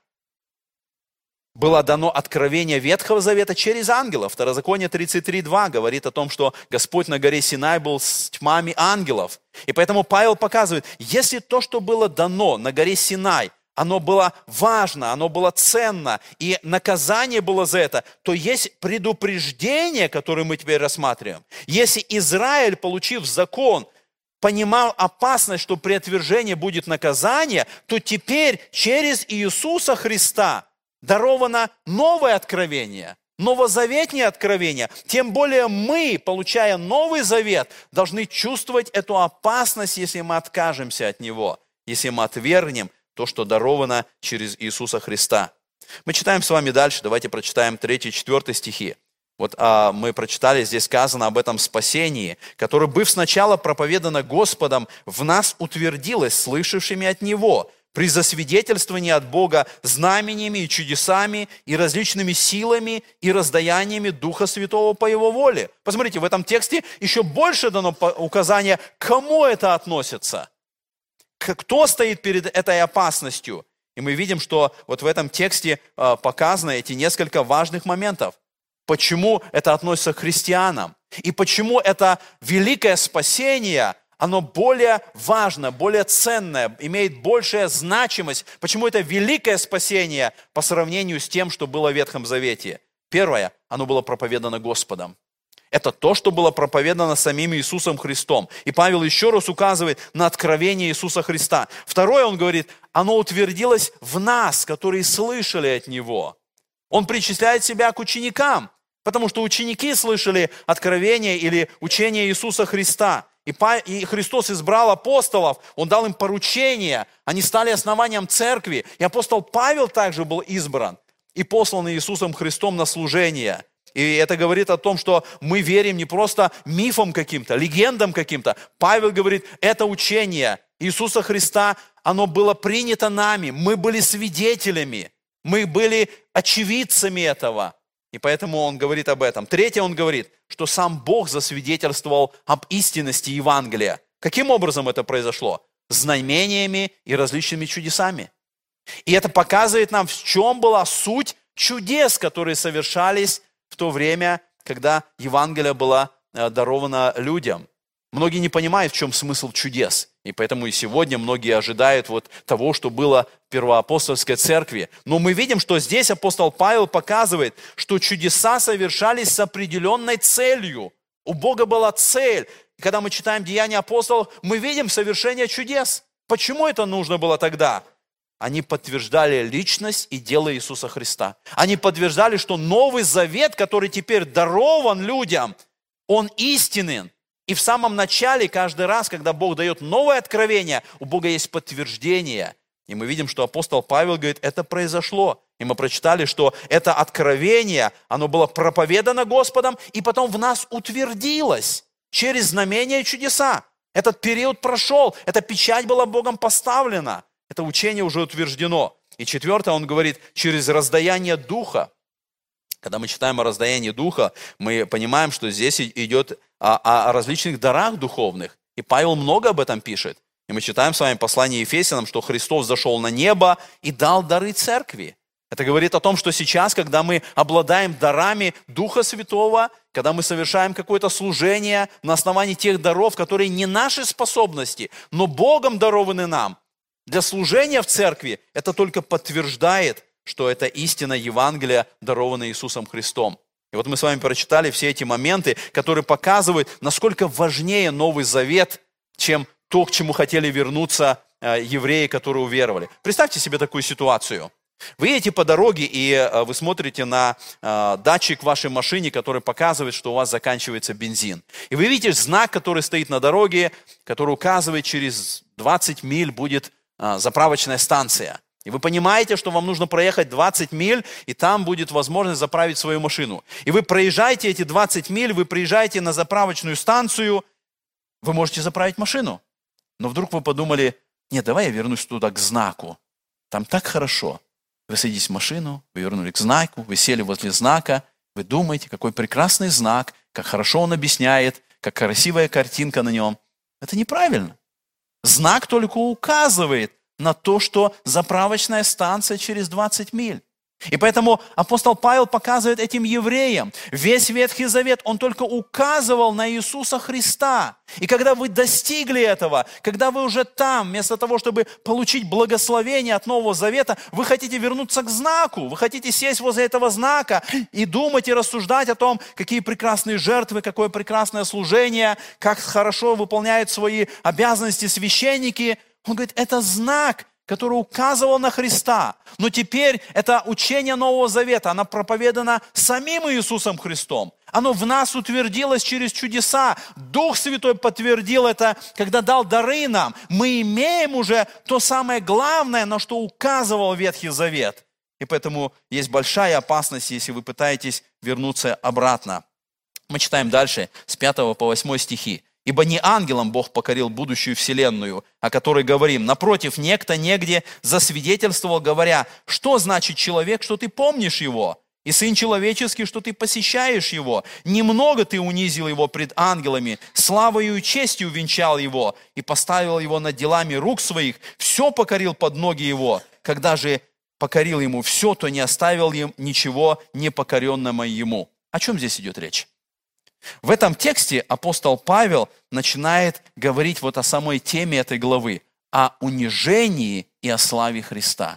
Speaker 3: было дано откровение Ветхого Завета через ангелов. Второзаконие тридцать три два говорит о том, что Господь на горе Синай был с тьмами ангелов. И поэтому Павел показывает, если то, что было дано на горе Синай, оно было важно, оно было ценно, и наказание было за это, то есть предупреждение, которое мы теперь рассматриваем. Если Израиль, получив закон, понимал опасность, что при отвержении будет наказание, то теперь через Иисуса Христа даровано новое откровение, новозаветнее откровение. Тем более мы, получая Новый Завет, должны чувствовать эту опасность, если мы откажемся от него, если мы отвергнем то, что даровано через Иисуса Христа. Мы читаем с вами дальше, давайте прочитаем третий и четвёртый стихи. Вот а, мы прочитали, здесь сказано об этом спасении, которое, быв сначала проповедано Господом, в нас утвердилось, слышавшими от Него, при засвидетельствовании от Бога знамениями и чудесами, и различными силами, и раздаяниями Духа Святого по Его воле. Посмотрите, в этом тексте еще больше дано указание, к кому это относится, кто стоит перед этой опасностью. И мы видим, что вот в этом тексте показаны эти несколько важных моментов. Почему это относится к христианам? И почему это великое спасение, оно более важно, более ценное, имеет большая значимость? Почему это великое спасение по сравнению с тем, что было в Ветхом Завете? Первое, оно было проповедано Господом. Это то, что было проповедано самим Иисусом Христом. И Павел еще раз указывает на откровение Иисуса Христа. Второе, он говорит, оно утвердилось в нас, которые слышали от Него. Он причисляет себя к ученикам, потому что ученики слышали откровение или учение Иисуса Христа. И Христос избрал апостолов, Он дал им поручения, они стали основанием церкви. И апостол Павел также был избран и послан Иисусом Христом на служение. И это говорит о том, что мы верим не просто мифам каким-то, легендам каким-то. Павел говорит, это учение Иисуса Христа, оно было принято нами, мы были свидетелями, мы были очевидцами этого. И поэтому он говорит об этом. Третье, он говорит, что сам Бог засвидетельствовал об истинности Евангелия. Каким образом это произошло? Знамениями и различными чудесами. И это показывает нам, в чем была суть чудес, которые совершались в то время, когда Евангелие было даровано людям. Многие не понимают, в чем смысл чудес. И поэтому и сегодня многие ожидают вот того, что было в первоапостольской церкви. Но мы видим, что здесь апостол Павел показывает, что чудеса совершались с определенной целью. У Бога была цель. И когда мы читаем Деяния апостолов, мы видим совершение чудес. Почему это нужно было тогда? Они подтверждали личность и дело Иисуса Христа. Они подтверждали, что Новый Завет, который теперь дарован людям, он истинен. И в самом начале, каждый раз, когда Бог дает новое откровение, у Бога есть подтверждение. И мы видим, что апостол Павел говорит, это произошло. И мы прочитали, что это откровение, оно было проповедано Господом, и потом в нас утвердилось через знамения и чудеса. Этот период прошел, эта печать была Богом поставлена. Это учение уже утверждено. И четвертое, он говорит, через раздаяние Духа. Когда мы читаем о раздаянии Духа, мы понимаем, что здесь идет о, о различных дарах духовных. И Павел много об этом пишет. И мы читаем с вами послание Ефесянам, что Христос зашел на небо и дал дары церкви. Это говорит о том, что сейчас, когда мы обладаем дарами Духа Святого, когда мы совершаем какое-то служение на основании тех даров, которые не наши способности, но Богом дарованы нам, для служения в церкви, это только подтверждает, что это истина Евангелия, дарованная Иисусом Христом. И вот мы с вами прочитали все эти моменты, которые показывают, насколько важнее Новый Завет, чем то, к чему хотели вернуться евреи, которые уверовали. Представьте себе такую ситуацию. Вы едете по дороге, и вы смотрите на датчик в вашей машине, который показывает, что у вас заканчивается бензин. И вы видите знак, который стоит на дороге, который указывает, через двадцать миль будет заправочная станция. И вы понимаете, что вам нужно проехать двадцать миль, и там будет возможность заправить свою машину. И вы проезжаете эти двадцать миль, вы приезжаете на заправочную станцию, вы можете заправить машину. Но вдруг вы подумали, нет, давай я вернусь туда к знаку. Там так хорошо. Вы садитесь в машину, вы вернули к знаку, вы сели возле знака, вы думаете, какой прекрасный знак, как хорошо он объясняет, как красивая картинка на нем. Это неправильно. Знак только указывает на то, что заправочная станция через двадцать миль. И поэтому апостол Павел показывает этим евреям, весь Ветхий Завет, он только указывал на Иисуса Христа. И когда вы достигли этого, когда вы уже там, вместо того, чтобы получить благословение от Нового Завета, вы хотите вернуться к знаку, вы хотите сесть возле этого знака и думать и рассуждать о том, какие прекрасные жертвы, какое прекрасное служение, как хорошо выполняют свои обязанности священники. Он говорит, это знак, который указывал на Христа. Но теперь это учение Нового Завета, оно проповедано самим Иисусом Христом. Оно в нас утвердилось через чудеса. Дух Святой подтвердил это, когда дал дары нам. Мы имеем уже то самое главное, на что указывал Ветхий Завет. И и поэтому есть большая опасность, если вы пытаетесь вернуться обратно. Мы читаем дальше, с пятого по восьмой стихи. «Ибо не ангелам Бог покорил будущую вселенную, о которой говорим. Напротив, некто негде засвидетельствовал, говоря, что значит человек, что ты помнишь его, и сын человеческий, что ты посещаешь его. Немного ты унизил его пред ангелами, славою и честью венчал его, и поставил его над делами рук своих, все покорил под ноги его. Когда же покорил ему все, то не оставил им ничего непокоренного ему». О чем здесь идет речь? В этом тексте апостол Павел начинает говорить вот о самой теме этой главы, о унижении и о славе Христа.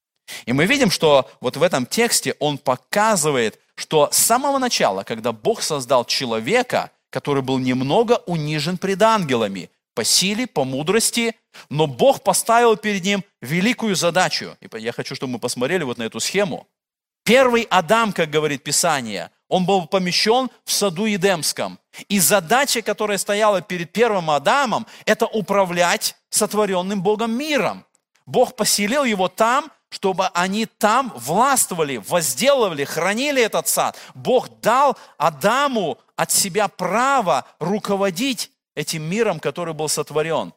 Speaker 3: И мы видим, что вот в этом тексте он показывает, что с самого начала, когда Бог создал человека, который был немного унижен пред ангелами, по силе, по мудрости, но Бог поставил перед ним великую задачу. И я хочу, чтобы мы посмотрели вот на эту схему. Первый Адам, как говорит Писание, он был помещен в саду Едемском. И задача, которая стояла перед первым Адамом, это управлять сотворенным Богом миром. Бог поселил его там, чтобы они там властвовали, возделывали, хранили этот сад. Бог дал Адаму от себя право руководить этим миром, который был сотворен.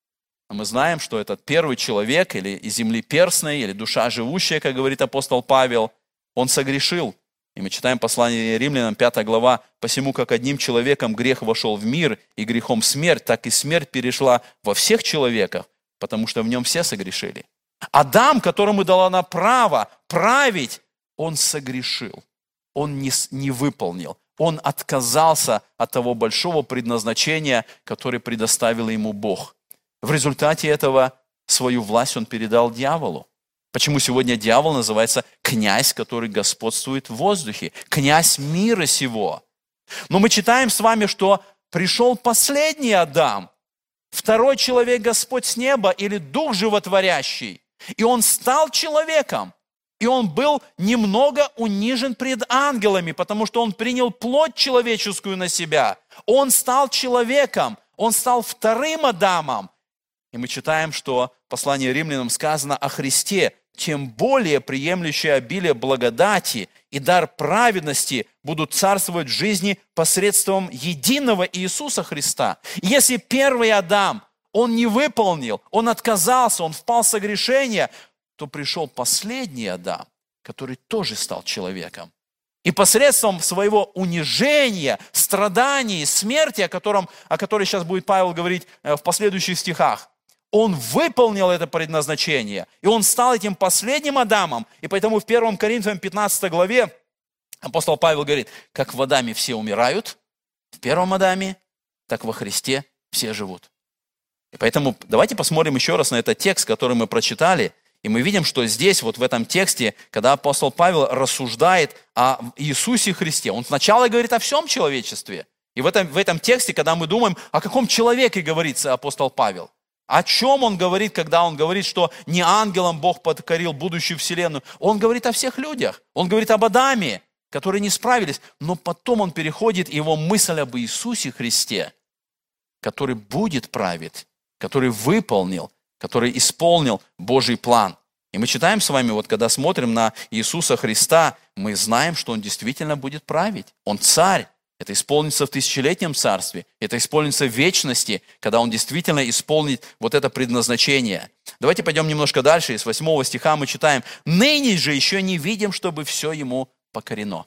Speaker 3: А мы знаем, что этот первый человек, или из земли перстной, или душа живущая, как говорит апостол Павел, он согрешил. И мы читаем послание Римлянам, пятая глава, «Посему, как одним человеком грех вошел в мир, и грехом смерть, так и смерть перешла во всех человеков, потому что в нем все согрешили». Адам, которому дала право править, он согрешил, он не, не выполнил, он отказался от того большого предназначения, которое предоставил ему Бог. В результате этого свою власть он передал дьяволу. Почему сегодня дьявол называется князь, который господствует в воздухе, князь мира сего? Но мы читаем с вами, что пришел последний Адам, второй человек Господь с неба или Дух Животворящий, и он стал человеком, и он был немного унижен пред ангелами, потому что он принял плоть человеческую на себя. Он стал человеком, он стал вторым Адамом. И мы читаем, что в послании Римлянам сказано о Христе, тем более приемлющие обилие благодати и дар праведности будут царствовать в жизни посредством единого Иисуса Христа. И если первый Адам, он не выполнил, он отказался, он впал в согрешение, то пришел последний Адам, который тоже стал человеком. И посредством своего унижения, страданий, смерти, о котором, о которой сейчас будет Павел говорить в последующих стихах, он выполнил это предназначение, и он стал этим последним Адамом. И поэтому в первом Коринфянам пятнадцатой главе апостол Павел говорит, как в Адаме все умирают, в первом Адаме, так во Христе все живут. И поэтому давайте посмотрим еще раз на этот текст, который мы прочитали, и мы видим, что здесь, вот в этом тексте, когда апостол Павел рассуждает о Иисусе Христе, он сначала говорит о всем человечестве. И в этом, в этом тексте, когда мы думаем, о каком человеке говорится апостол Павел, о чем он говорит, когда он говорит, что не ангелам Бог покорил будущую вселенную, он говорит о всех людях, он говорит об Адаме, которые не справились, но потом он переходит, и его мысль об Иисусе Христе, который будет править, который выполнил, который исполнил Божий план. И мы читаем с вами, вот когда смотрим на Иисуса Христа, мы знаем, что Он действительно будет править. Он царь. Это исполнится в тысячелетнем царстве. Это исполнится в вечности, когда Он действительно исполнит вот это предназначение. Давайте пойдем немножко дальше. Из восьмого стиха мы читаем. «Ныне же еще не видим, чтобы все Ему покорено».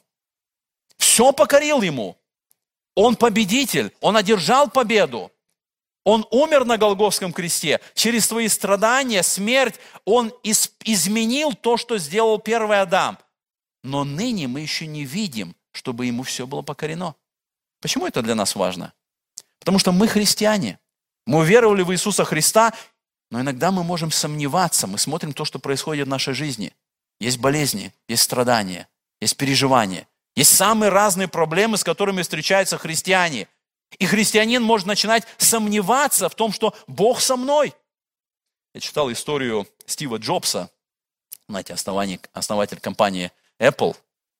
Speaker 3: Все покорил Ему. Он победитель. Он одержал победу. Он умер на Голгофском кресте. Через свои страдания, смерть, Он из- изменил то, что сделал первый Адам. Но ныне мы еще не видим, чтобы Ему все было покорено. Почему это для нас важно? Потому что мы христиане. Мы уверовали в Иисуса Христа, но иногда мы можем сомневаться. Мы смотрим то, что происходит в нашей жизни. Есть болезни, есть страдания, есть переживания. Есть самые разные проблемы, с которыми встречаются христиане. И христианин может начинать сомневаться в том, что Бог со мной. Я читал историю Стива Джобса, знаете, основатель компании Apple.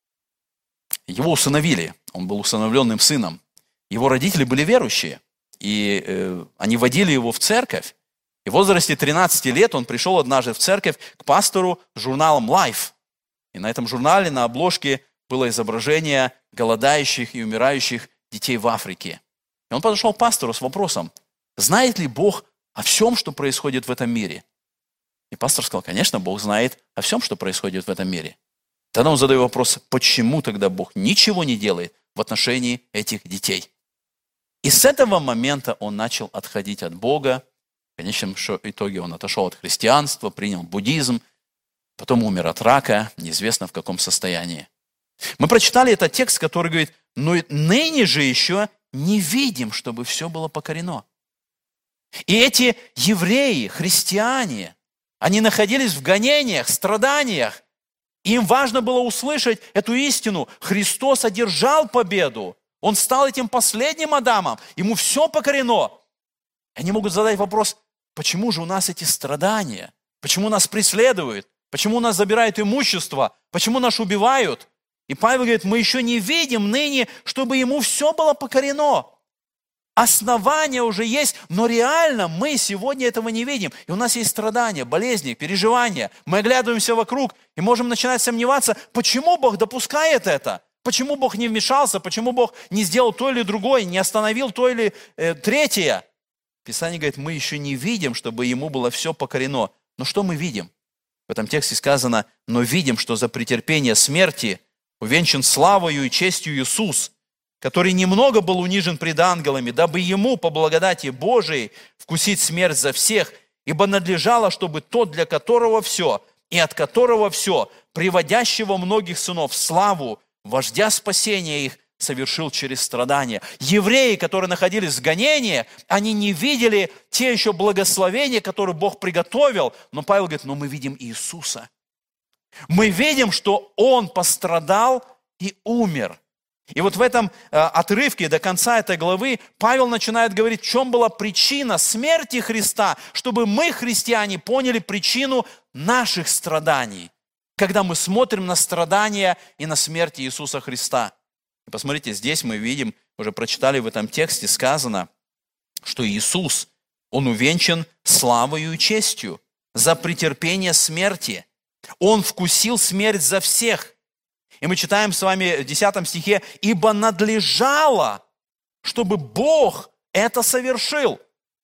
Speaker 3: Его усыновили, он был усыновленным сыном. Его родители были верующие, и э, они водили его в церковь. И в возрасте тринадцати лет он пришел однажды в церковь к пастору с журналом Life. И на этом журнале на обложке было изображение голодающих и умирающих детей в Африке. И он подошел к пастору с вопросом: знает ли Бог о всем, что происходит в этом мире? И пастор сказал: конечно, Бог знает о всем, что происходит в этом мире. Тогда он задает вопрос: почему тогда Бог ничего не делает в отношении этих детей? И с этого момента он начал отходить от Бога. В конечном итоге он отошел от христианства, принял буддизм, потом умер от рака, неизвестно в каком состоянии. Мы прочитали этот текст, который говорит: но ныне же еще не видим, чтобы все было покорено. И эти евреи, христиане, они находились в гонениях, страданиях. Им важно было услышать эту истину. Христос одержал победу. Он стал этим последним Адамом. Ему все покорено. Они могут задать вопрос: почему же у нас эти страдания? Почему нас преследуют? Почему нас забирают имущество? Почему нас убивают? И Павел говорит: мы еще не видим ныне, чтобы ему все было покорено. Основания уже есть, но реально мы сегодня этого не видим. И у нас есть страдания, болезни, переживания. Мы оглядываемся вокруг и можем начинать сомневаться, почему Бог допускает это? Почему Бог не вмешался? Почему Бог не сделал то или другое, не остановил то или э, третье? Писание говорит: мы еще не видим, чтобы ему было все покорено. Но что мы видим? В этом тексте сказано: но видим, что за претерпение смерти увенчан славою и честью Иисус, который немного был унижен пред ангелами, дабы ему, по благодати Божией, вкусить смерть за всех, ибо надлежало, чтобы тот, для которого все, и от которого все, приводящего многих сынов в славу, вождя спасения их, совершил через страдания. Евреи, которые находились в гонении, они не видели те еще благословения, которые Бог приготовил, но Павел говорит: но мы видим Иисуса. Мы видим, что Он пострадал и умер. И вот в этом э, отрывке до конца этой главы Павел начинает говорить, в чем была причина смерти Христа, чтобы мы, христиане, поняли причину наших страданий, когда мы смотрим на страдания и на смерть Иисуса Христа. И посмотрите, здесь мы видим, уже прочитали в этом тексте, сказано, что Иисус, Он увенчан славою и честью за претерпение смерти. Он вкусил смерть за всех. И мы читаем с вами в десятом стихе: «Ибо надлежало, чтобы Бог это совершил».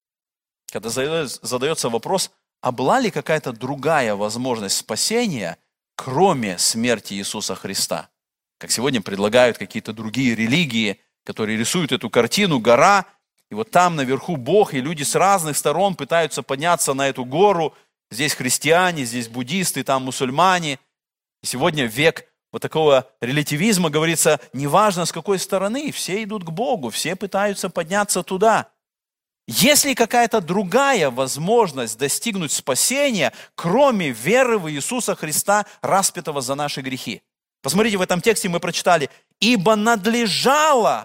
Speaker 3: Когда задается вопрос, а была ли какая-то другая возможность спасения, кроме смерти Иисуса Христа? Как сегодня предлагают какие-то другие религии, которые рисуют эту картину: гора, и вот там наверху Бог, и люди с разных сторон пытаются подняться на эту гору. Здесь христиане, здесь буддисты, там мусульмане. И сегодня век вот такого релятивизма, говорится, неважно с какой стороны, все идут к Богу, все пытаются подняться туда. Есть ли какая-то другая возможность достигнуть спасения, кроме веры в Иисуса Христа, распятого за наши грехи? Посмотрите, в этом тексте мы прочитали: «Ибо надлежало».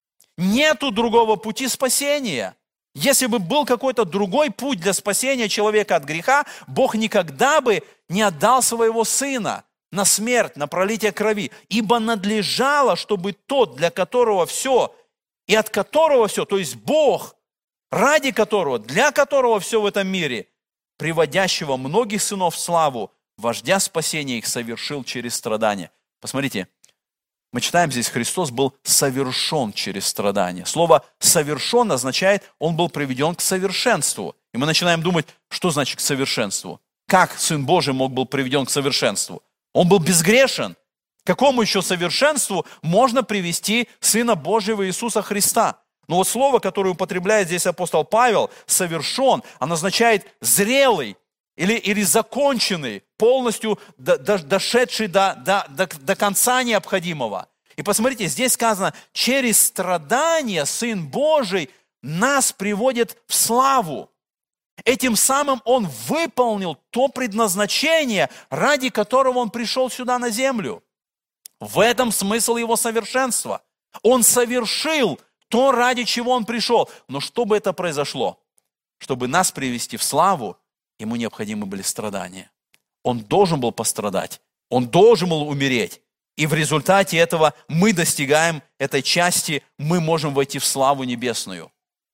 Speaker 3: Нету другого пути спасения. Если бы был какой-то другой путь для спасения человека от греха, Бог никогда бы не отдал своего Сына на смерть, на пролитие крови. «Ибо надлежало, чтобы тот, для которого все, и от которого все», то есть Бог, ради которого, для которого все в этом мире, приводящего многих сынов в славу, вождя спасения их совершил через страдания. Посмотрите, мы читаем здесь: Христос был совершен через страдания. Слово «совершен» означает, Он был приведен к совершенству. И мы начинаем думать, что значит к совершенству? Как Сын Божий мог быть приведен к совершенству? Он был безгрешен. К какому еще совершенству можно привести Сына Божьего Иисуса Христа? Но вот слово, которое употребляет здесь апостол Павел, «совершен», оно означает «зрелый» или, или «законченный», полностью до, до, дошедший до, до, до, до конца необходимого. И посмотрите, здесь сказано: через страдания Сын Божий нас приводит в славу. Этим самым Он выполнил то предназначение, ради которого Он пришел сюда на землю. В этом смысл Его совершенства. Он совершил то, ради чего Он пришел. Но чтобы это произошло, чтобы нас привести в славу, Ему необходимы были страдания. Он должен был пострадать, Он должен был умереть. И в результате этого мы достигаем этой части, мы можем войти в славу небесную.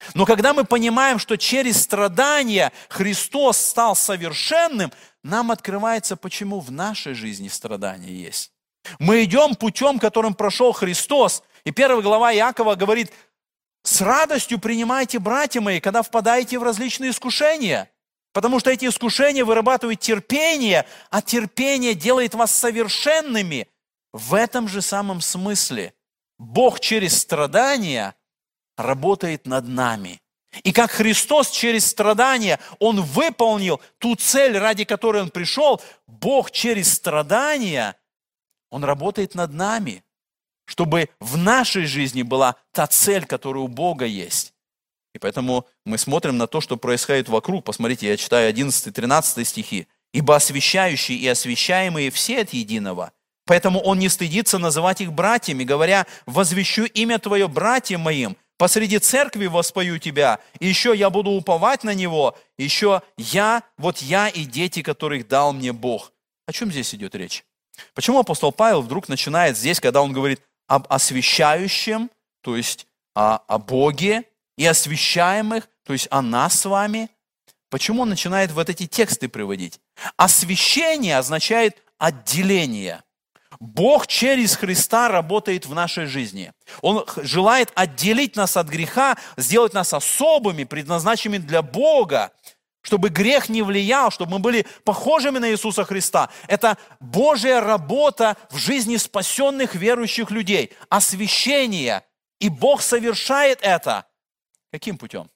Speaker 3: Но когда мы понимаем, что через страдания Христос стал совершенным, нам открывается, почему в нашей жизни страдания есть. Мы идем путем, которым прошел Христос. И первая глава Иакова говорит: с радостью принимайте, братья мои, когда впадаете в различные искушения. Потому что эти искушения вырабатывают терпение, а терпение делает вас совершенными. В этом же самом смысле Бог через страдания работает над нами. И как Христос через страдания, Он выполнил ту цель, ради которой Он пришел, Бог через страдания, Он работает над нами, чтобы в нашей жизни была та цель, которая у Бога есть. И поэтому мы смотрим на то, что происходит вокруг. Посмотрите, я читаю одиннадцатый-тринадцатый стихи. «Ибо освящающие и освящаемые все от единого. Поэтому Он не стыдится называть их братьями, говоря: возвещу имя Твое братьям моим, посреди церкви воспою Тебя, и еще я буду уповать на Него, еще я, вот я и дети, которых дал мне Бог». О чем здесь идет речь? Почему апостол Павел вдруг начинает здесь, когда он говорит об освящающем, то есть о, о Боге, и освящаемых, то есть о нас с вами? Почему он начинает вот эти тексты приводить? Освящение означает отделение. Бог через Христа работает в нашей жизни. Он желает отделить нас от греха, сделать нас особыми, предназначенными для Бога, чтобы грех не влиял, чтобы мы были похожими на Иисуса Христа. Это Божья работа в жизни спасенных верующих людей. Освящение. И Бог совершает это. Каким путем?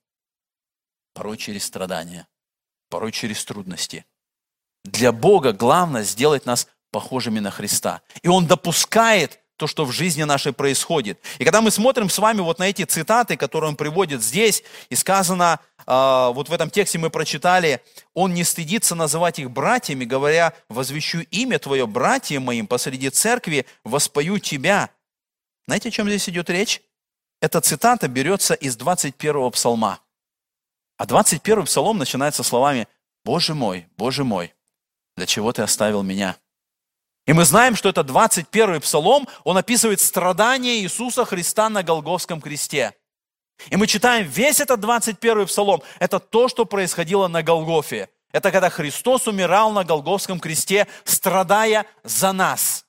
Speaker 3: Порой через страдания, порой через трудности. Для Бога главное сделать нас похожими на Христа. И Он допускает то, что в жизни нашей происходит. И когда мы смотрим с вами вот на эти цитаты, которые Он приводит здесь, и сказано, э, вот в этом тексте мы прочитали: Он не стыдится называть их братьями, говоря: возвещу имя Твое братьям моим, посреди церкви воспою Тебя. Знаете, о чем здесь идет речь? Эта цитата берется из двадцать первого псалма. А двадцать первый псалом начинается словами: «Боже мой, Боже мой, для чего Ты оставил меня?» И мы знаем, что это двадцать первый псалом, он описывает страдания Иисуса Христа на Голгофском кресте. И мы читаем весь этот двадцать первый псалом. Это то, что происходило на Голгофе. Это когда Христос умирал на Голгофском кресте, страдая за нас.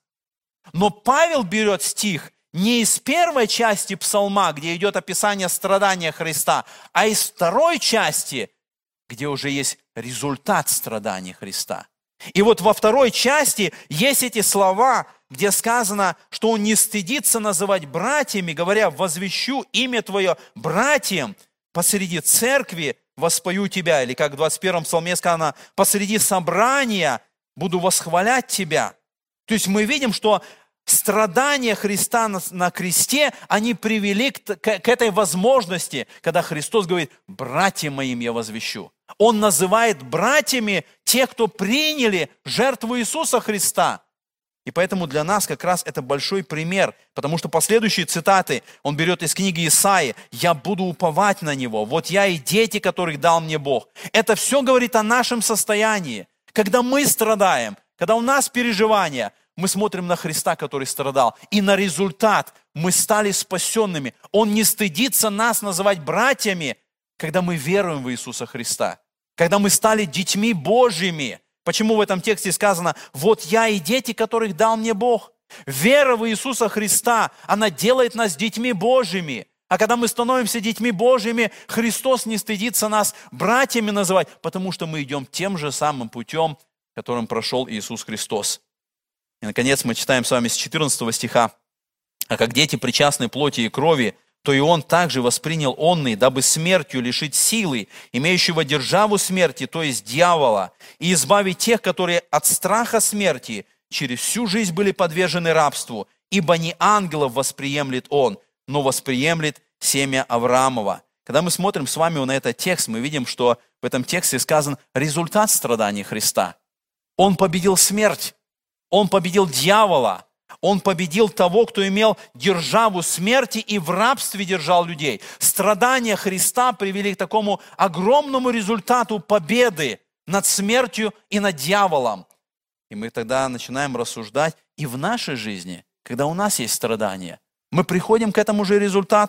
Speaker 3: Но Павел берет стих не из первой части псалма, где идет описание страдания Христа, а из второй части, где уже есть результат страданий Христа. И вот во второй части есть эти слова, где сказано, что Он не стыдится называть братьями, говоря: возвещу имя Твое братьям, посреди церкви воспою Тебя. Или как в двадцать первом псалме сказано: посреди собрания буду восхвалять Тебя. То есть мы видим, что страдания Христа на, на кресте, они привели к, к, к этой возможности, когда Христос говорит: братьям моим я возвещу. Он называет братьями тех, кто приняли жертву Иисуса Христа. И поэтому для нас как раз это большой пример, потому что последующие цитаты он берет из книги Исаии: «Я буду уповать на Него, вот я и дети, которых дал мне Бог». Это все говорит о нашем состоянии. Когда мы страдаем, когда у нас переживания, мы смотрим на Христа, который страдал, и на результат мы стали спасенными. Он не стыдится нас называть братьями, когда мы веруем в Иисуса Христа, когда мы стали детьми Божьими. Почему в этом тексте сказано: «Вот я и дети, которых дал мне Бог». Вера в Иисуса Христа, она делает нас детьми Божьими. А когда мы становимся детьми Божьими, Христос не стыдится нас братьями называть, потому что мы идем тем же самым путем, которым прошел Иисус Христос. И, наконец, мы читаем с вами с четырнадцатого стиха. «А как дети причастны плоти и крови, то и Он также воспринял онный, дабы смертью лишить силы, имеющего державу смерти, то есть дьявола, и избавить тех, которые от страха смерти через всю жизнь были подвержены рабству, ибо не ангелов восприемлет Он, но восприемлет семя Авраамова». Когда мы смотрим с вами на этот текст, мы видим, что в этом тексте сказан результат страданий Христа. Он победил смерть. Он победил дьявола, Он победил того, кто имел державу смерти и в рабстве держал людей. Страдания Христа привели к такому огромному результату победы над смертью и над дьяволом. И мы тогда начинаем рассуждать и в нашей жизни, когда у нас есть страдания, мы приходим к этому же результату.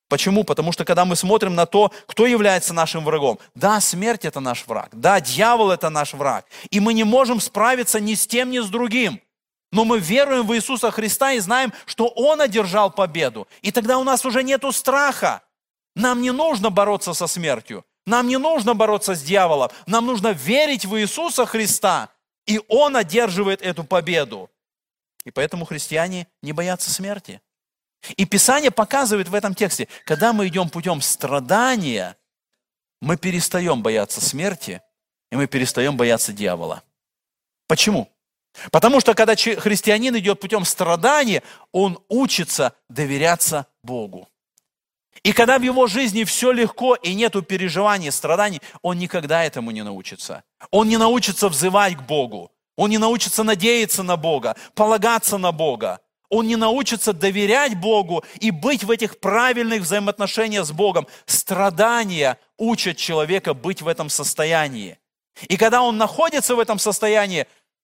Speaker 3: Почему? Потому что когда мы смотрим на то, кто является нашим врагом, да, смерть – это наш враг, да, дьявол – это наш враг, и мы не можем справиться ни с тем, ни с другим. Но мы веруем в Иисуса Христа и знаем, что Он одержал победу. И тогда у нас уже нету страха. Нам не нужно бороться со смертью. Нам не нужно бороться с дьяволом. Нам нужно верить в Иисуса Христа. И Он одерживает эту победу. И поэтому христиане не боятся смерти. И Писание показывает в этом тексте, когда мы идем путем страдания, мы перестаем бояться смерти, и мы перестаем бояться дьявола. Почему? Потому что когда христианин идет путем страдания, он учится доверяться Богу. И когда в его жизни все легко и нету переживаний, страданий, он никогда этому не научится. Он не научится взывать к Богу. Он не научится надеяться на Бога, полагаться на Бога. Он не научится доверять Богу и быть в этих правильных взаимоотношениях с Богом. Страдания учат человека быть в этом состоянии. И когда он находится в этом состоянии,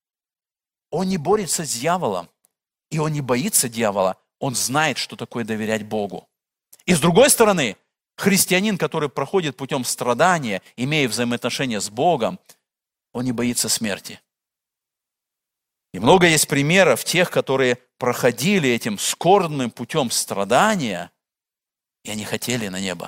Speaker 3: он не борется с дьяволом, и он не боится дьявола, он знает, что такое доверять Богу. И с другой стороны, христианин, который проходит путем страдания, имея взаимоотношения с Богом, он не боится смерти. И много есть примеров тех, которые проходили этим скорбным путем страдания, и они хотели на небо.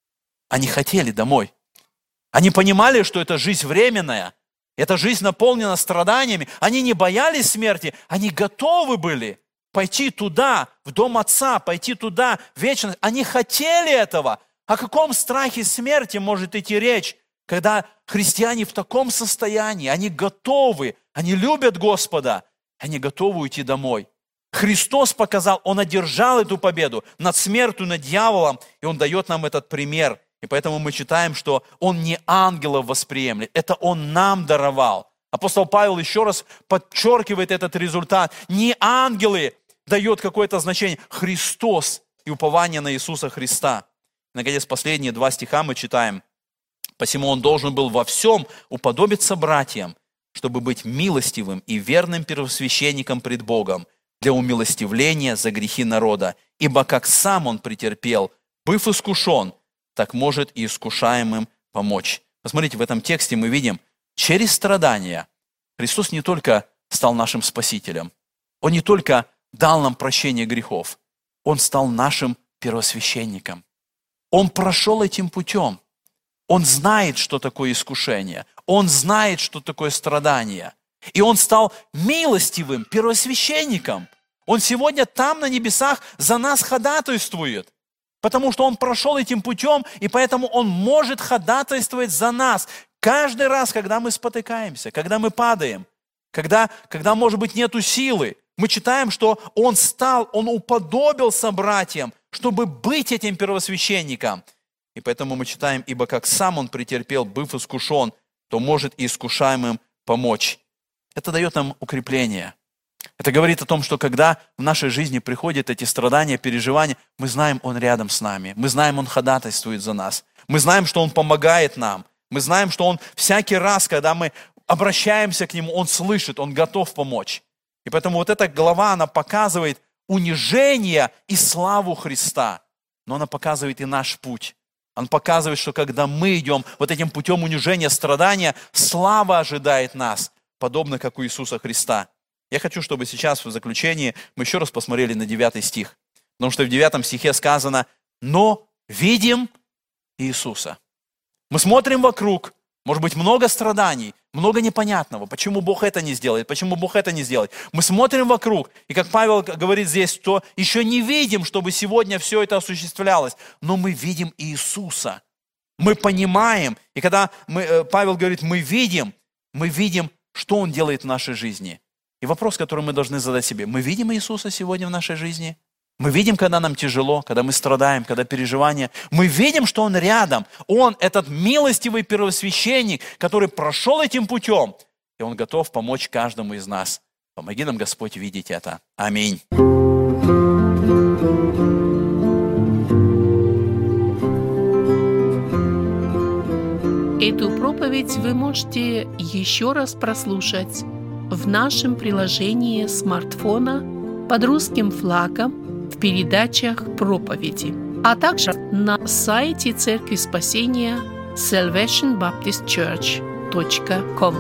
Speaker 3: Они хотели домой. Они понимали, что эта жизнь временная, эта жизнь наполнена страданиями. Они не боялись смерти, они готовы были пойти туда, в дом Отца, пойти туда, в вечность. Они хотели этого. О каком страхе смерти может идти речь, когда христиане в таком состоянии, они готовы, они любят Господа, они готовы уйти домой. Христос показал, Он одержал эту победу над смертью, над дьяволом, и Он дает нам этот пример. И поэтому мы читаем, что Он не ангелов восприемлет, это Он нам даровал. Апостол Павел еще раз подчеркивает этот результат. Не ангелы дают какое-то значение, Христос и упование на Иисуса Христа. Наконец, последние два стиха мы читаем. «Посему Он должен был во всем уподобиться братьям, чтобы быть милостивым и верным первосвященником пред Богом для умилостивления за грехи народа. Ибо как сам Он претерпел, быв искушен, так может и искушаемым помочь». Посмотрите, в этом тексте мы видим, через страдания Христос не только стал нашим Спасителем, Он не только дал нам прощение грехов, Он стал нашим первосвященником. Он прошел этим путем. Он знает, что такое искушение. Он знает, что такое страдание. И Он стал милостивым первосвященником. Он сегодня там, на небесах, за нас ходатайствует. Потому что Он прошел этим путем, и поэтому Он может ходатайствовать за нас. Каждый раз, когда мы спотыкаемся, когда мы падаем, когда, когда может быть, нету силы, мы читаем, что Он стал, Он уподобился братьям, чтобы быть этим первосвященником. И поэтому мы читаем, ибо как сам Он претерпел, быв искушен, то может и искушаемым помочь. Это дает нам укрепление. Это говорит о том, что когда в нашей жизни приходят эти страдания, переживания, мы знаем, Он рядом с нами. Мы знаем, Он ходатайствует за нас. Мы знаем, что Он помогает нам. Мы знаем, что Он всякий раз, когда мы обращаемся к Нему, Он слышит, Он готов помочь. И поэтому вот эта глава, она показывает унижение и славу Христа. Но она показывает и наш путь. Он показывает, что когда мы идем вот этим путем унижения, страдания, слава ожидает нас, подобно как у Иисуса Христа. Я хочу, чтобы сейчас в заключении мы еще раз посмотрели на девятый стих. Потому что в девятом стихе сказано: «Но видим Иисуса». Мы смотрим вокруг, может быть, много страданий, много непонятного. Почему Бог это не сделает? Почему Бог это не сделает? Мы смотрим вокруг, и как Павел говорит здесь, что еще не видим, чтобы сегодня все это осуществлялось, но мы видим Иисуса. Мы понимаем, и когда мы, Павел говорит, мы видим, мы видим, что Он делает в нашей жизни. И вопрос, который мы должны задать себе: мы видим Иисуса сегодня в нашей жизни? Мы видим, когда нам тяжело, когда мы страдаем, когда переживания. Мы видим, что Он рядом. Он этот милостивый первосвященник, который прошел этим путем. И Он готов помочь каждому из нас. Помоги нам, Господь, видеть это. Аминь.
Speaker 1: Эту проповедь вы можете еще раз прослушать в нашем приложении смартфона под русским флагом в передачах проповеди. а также на сайте Церкви Спасения salvation baptist church точка ком.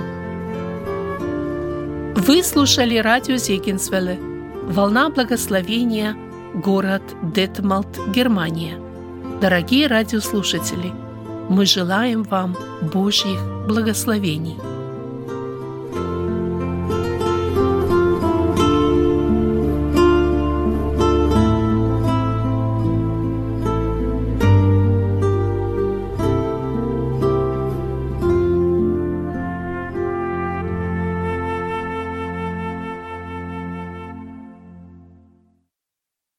Speaker 1: Вы слушали радио Зегенсвелле «Волна благословения», город Детмалт, Германия. Дорогие радиослушатели, мы желаем вам Божьих благословений.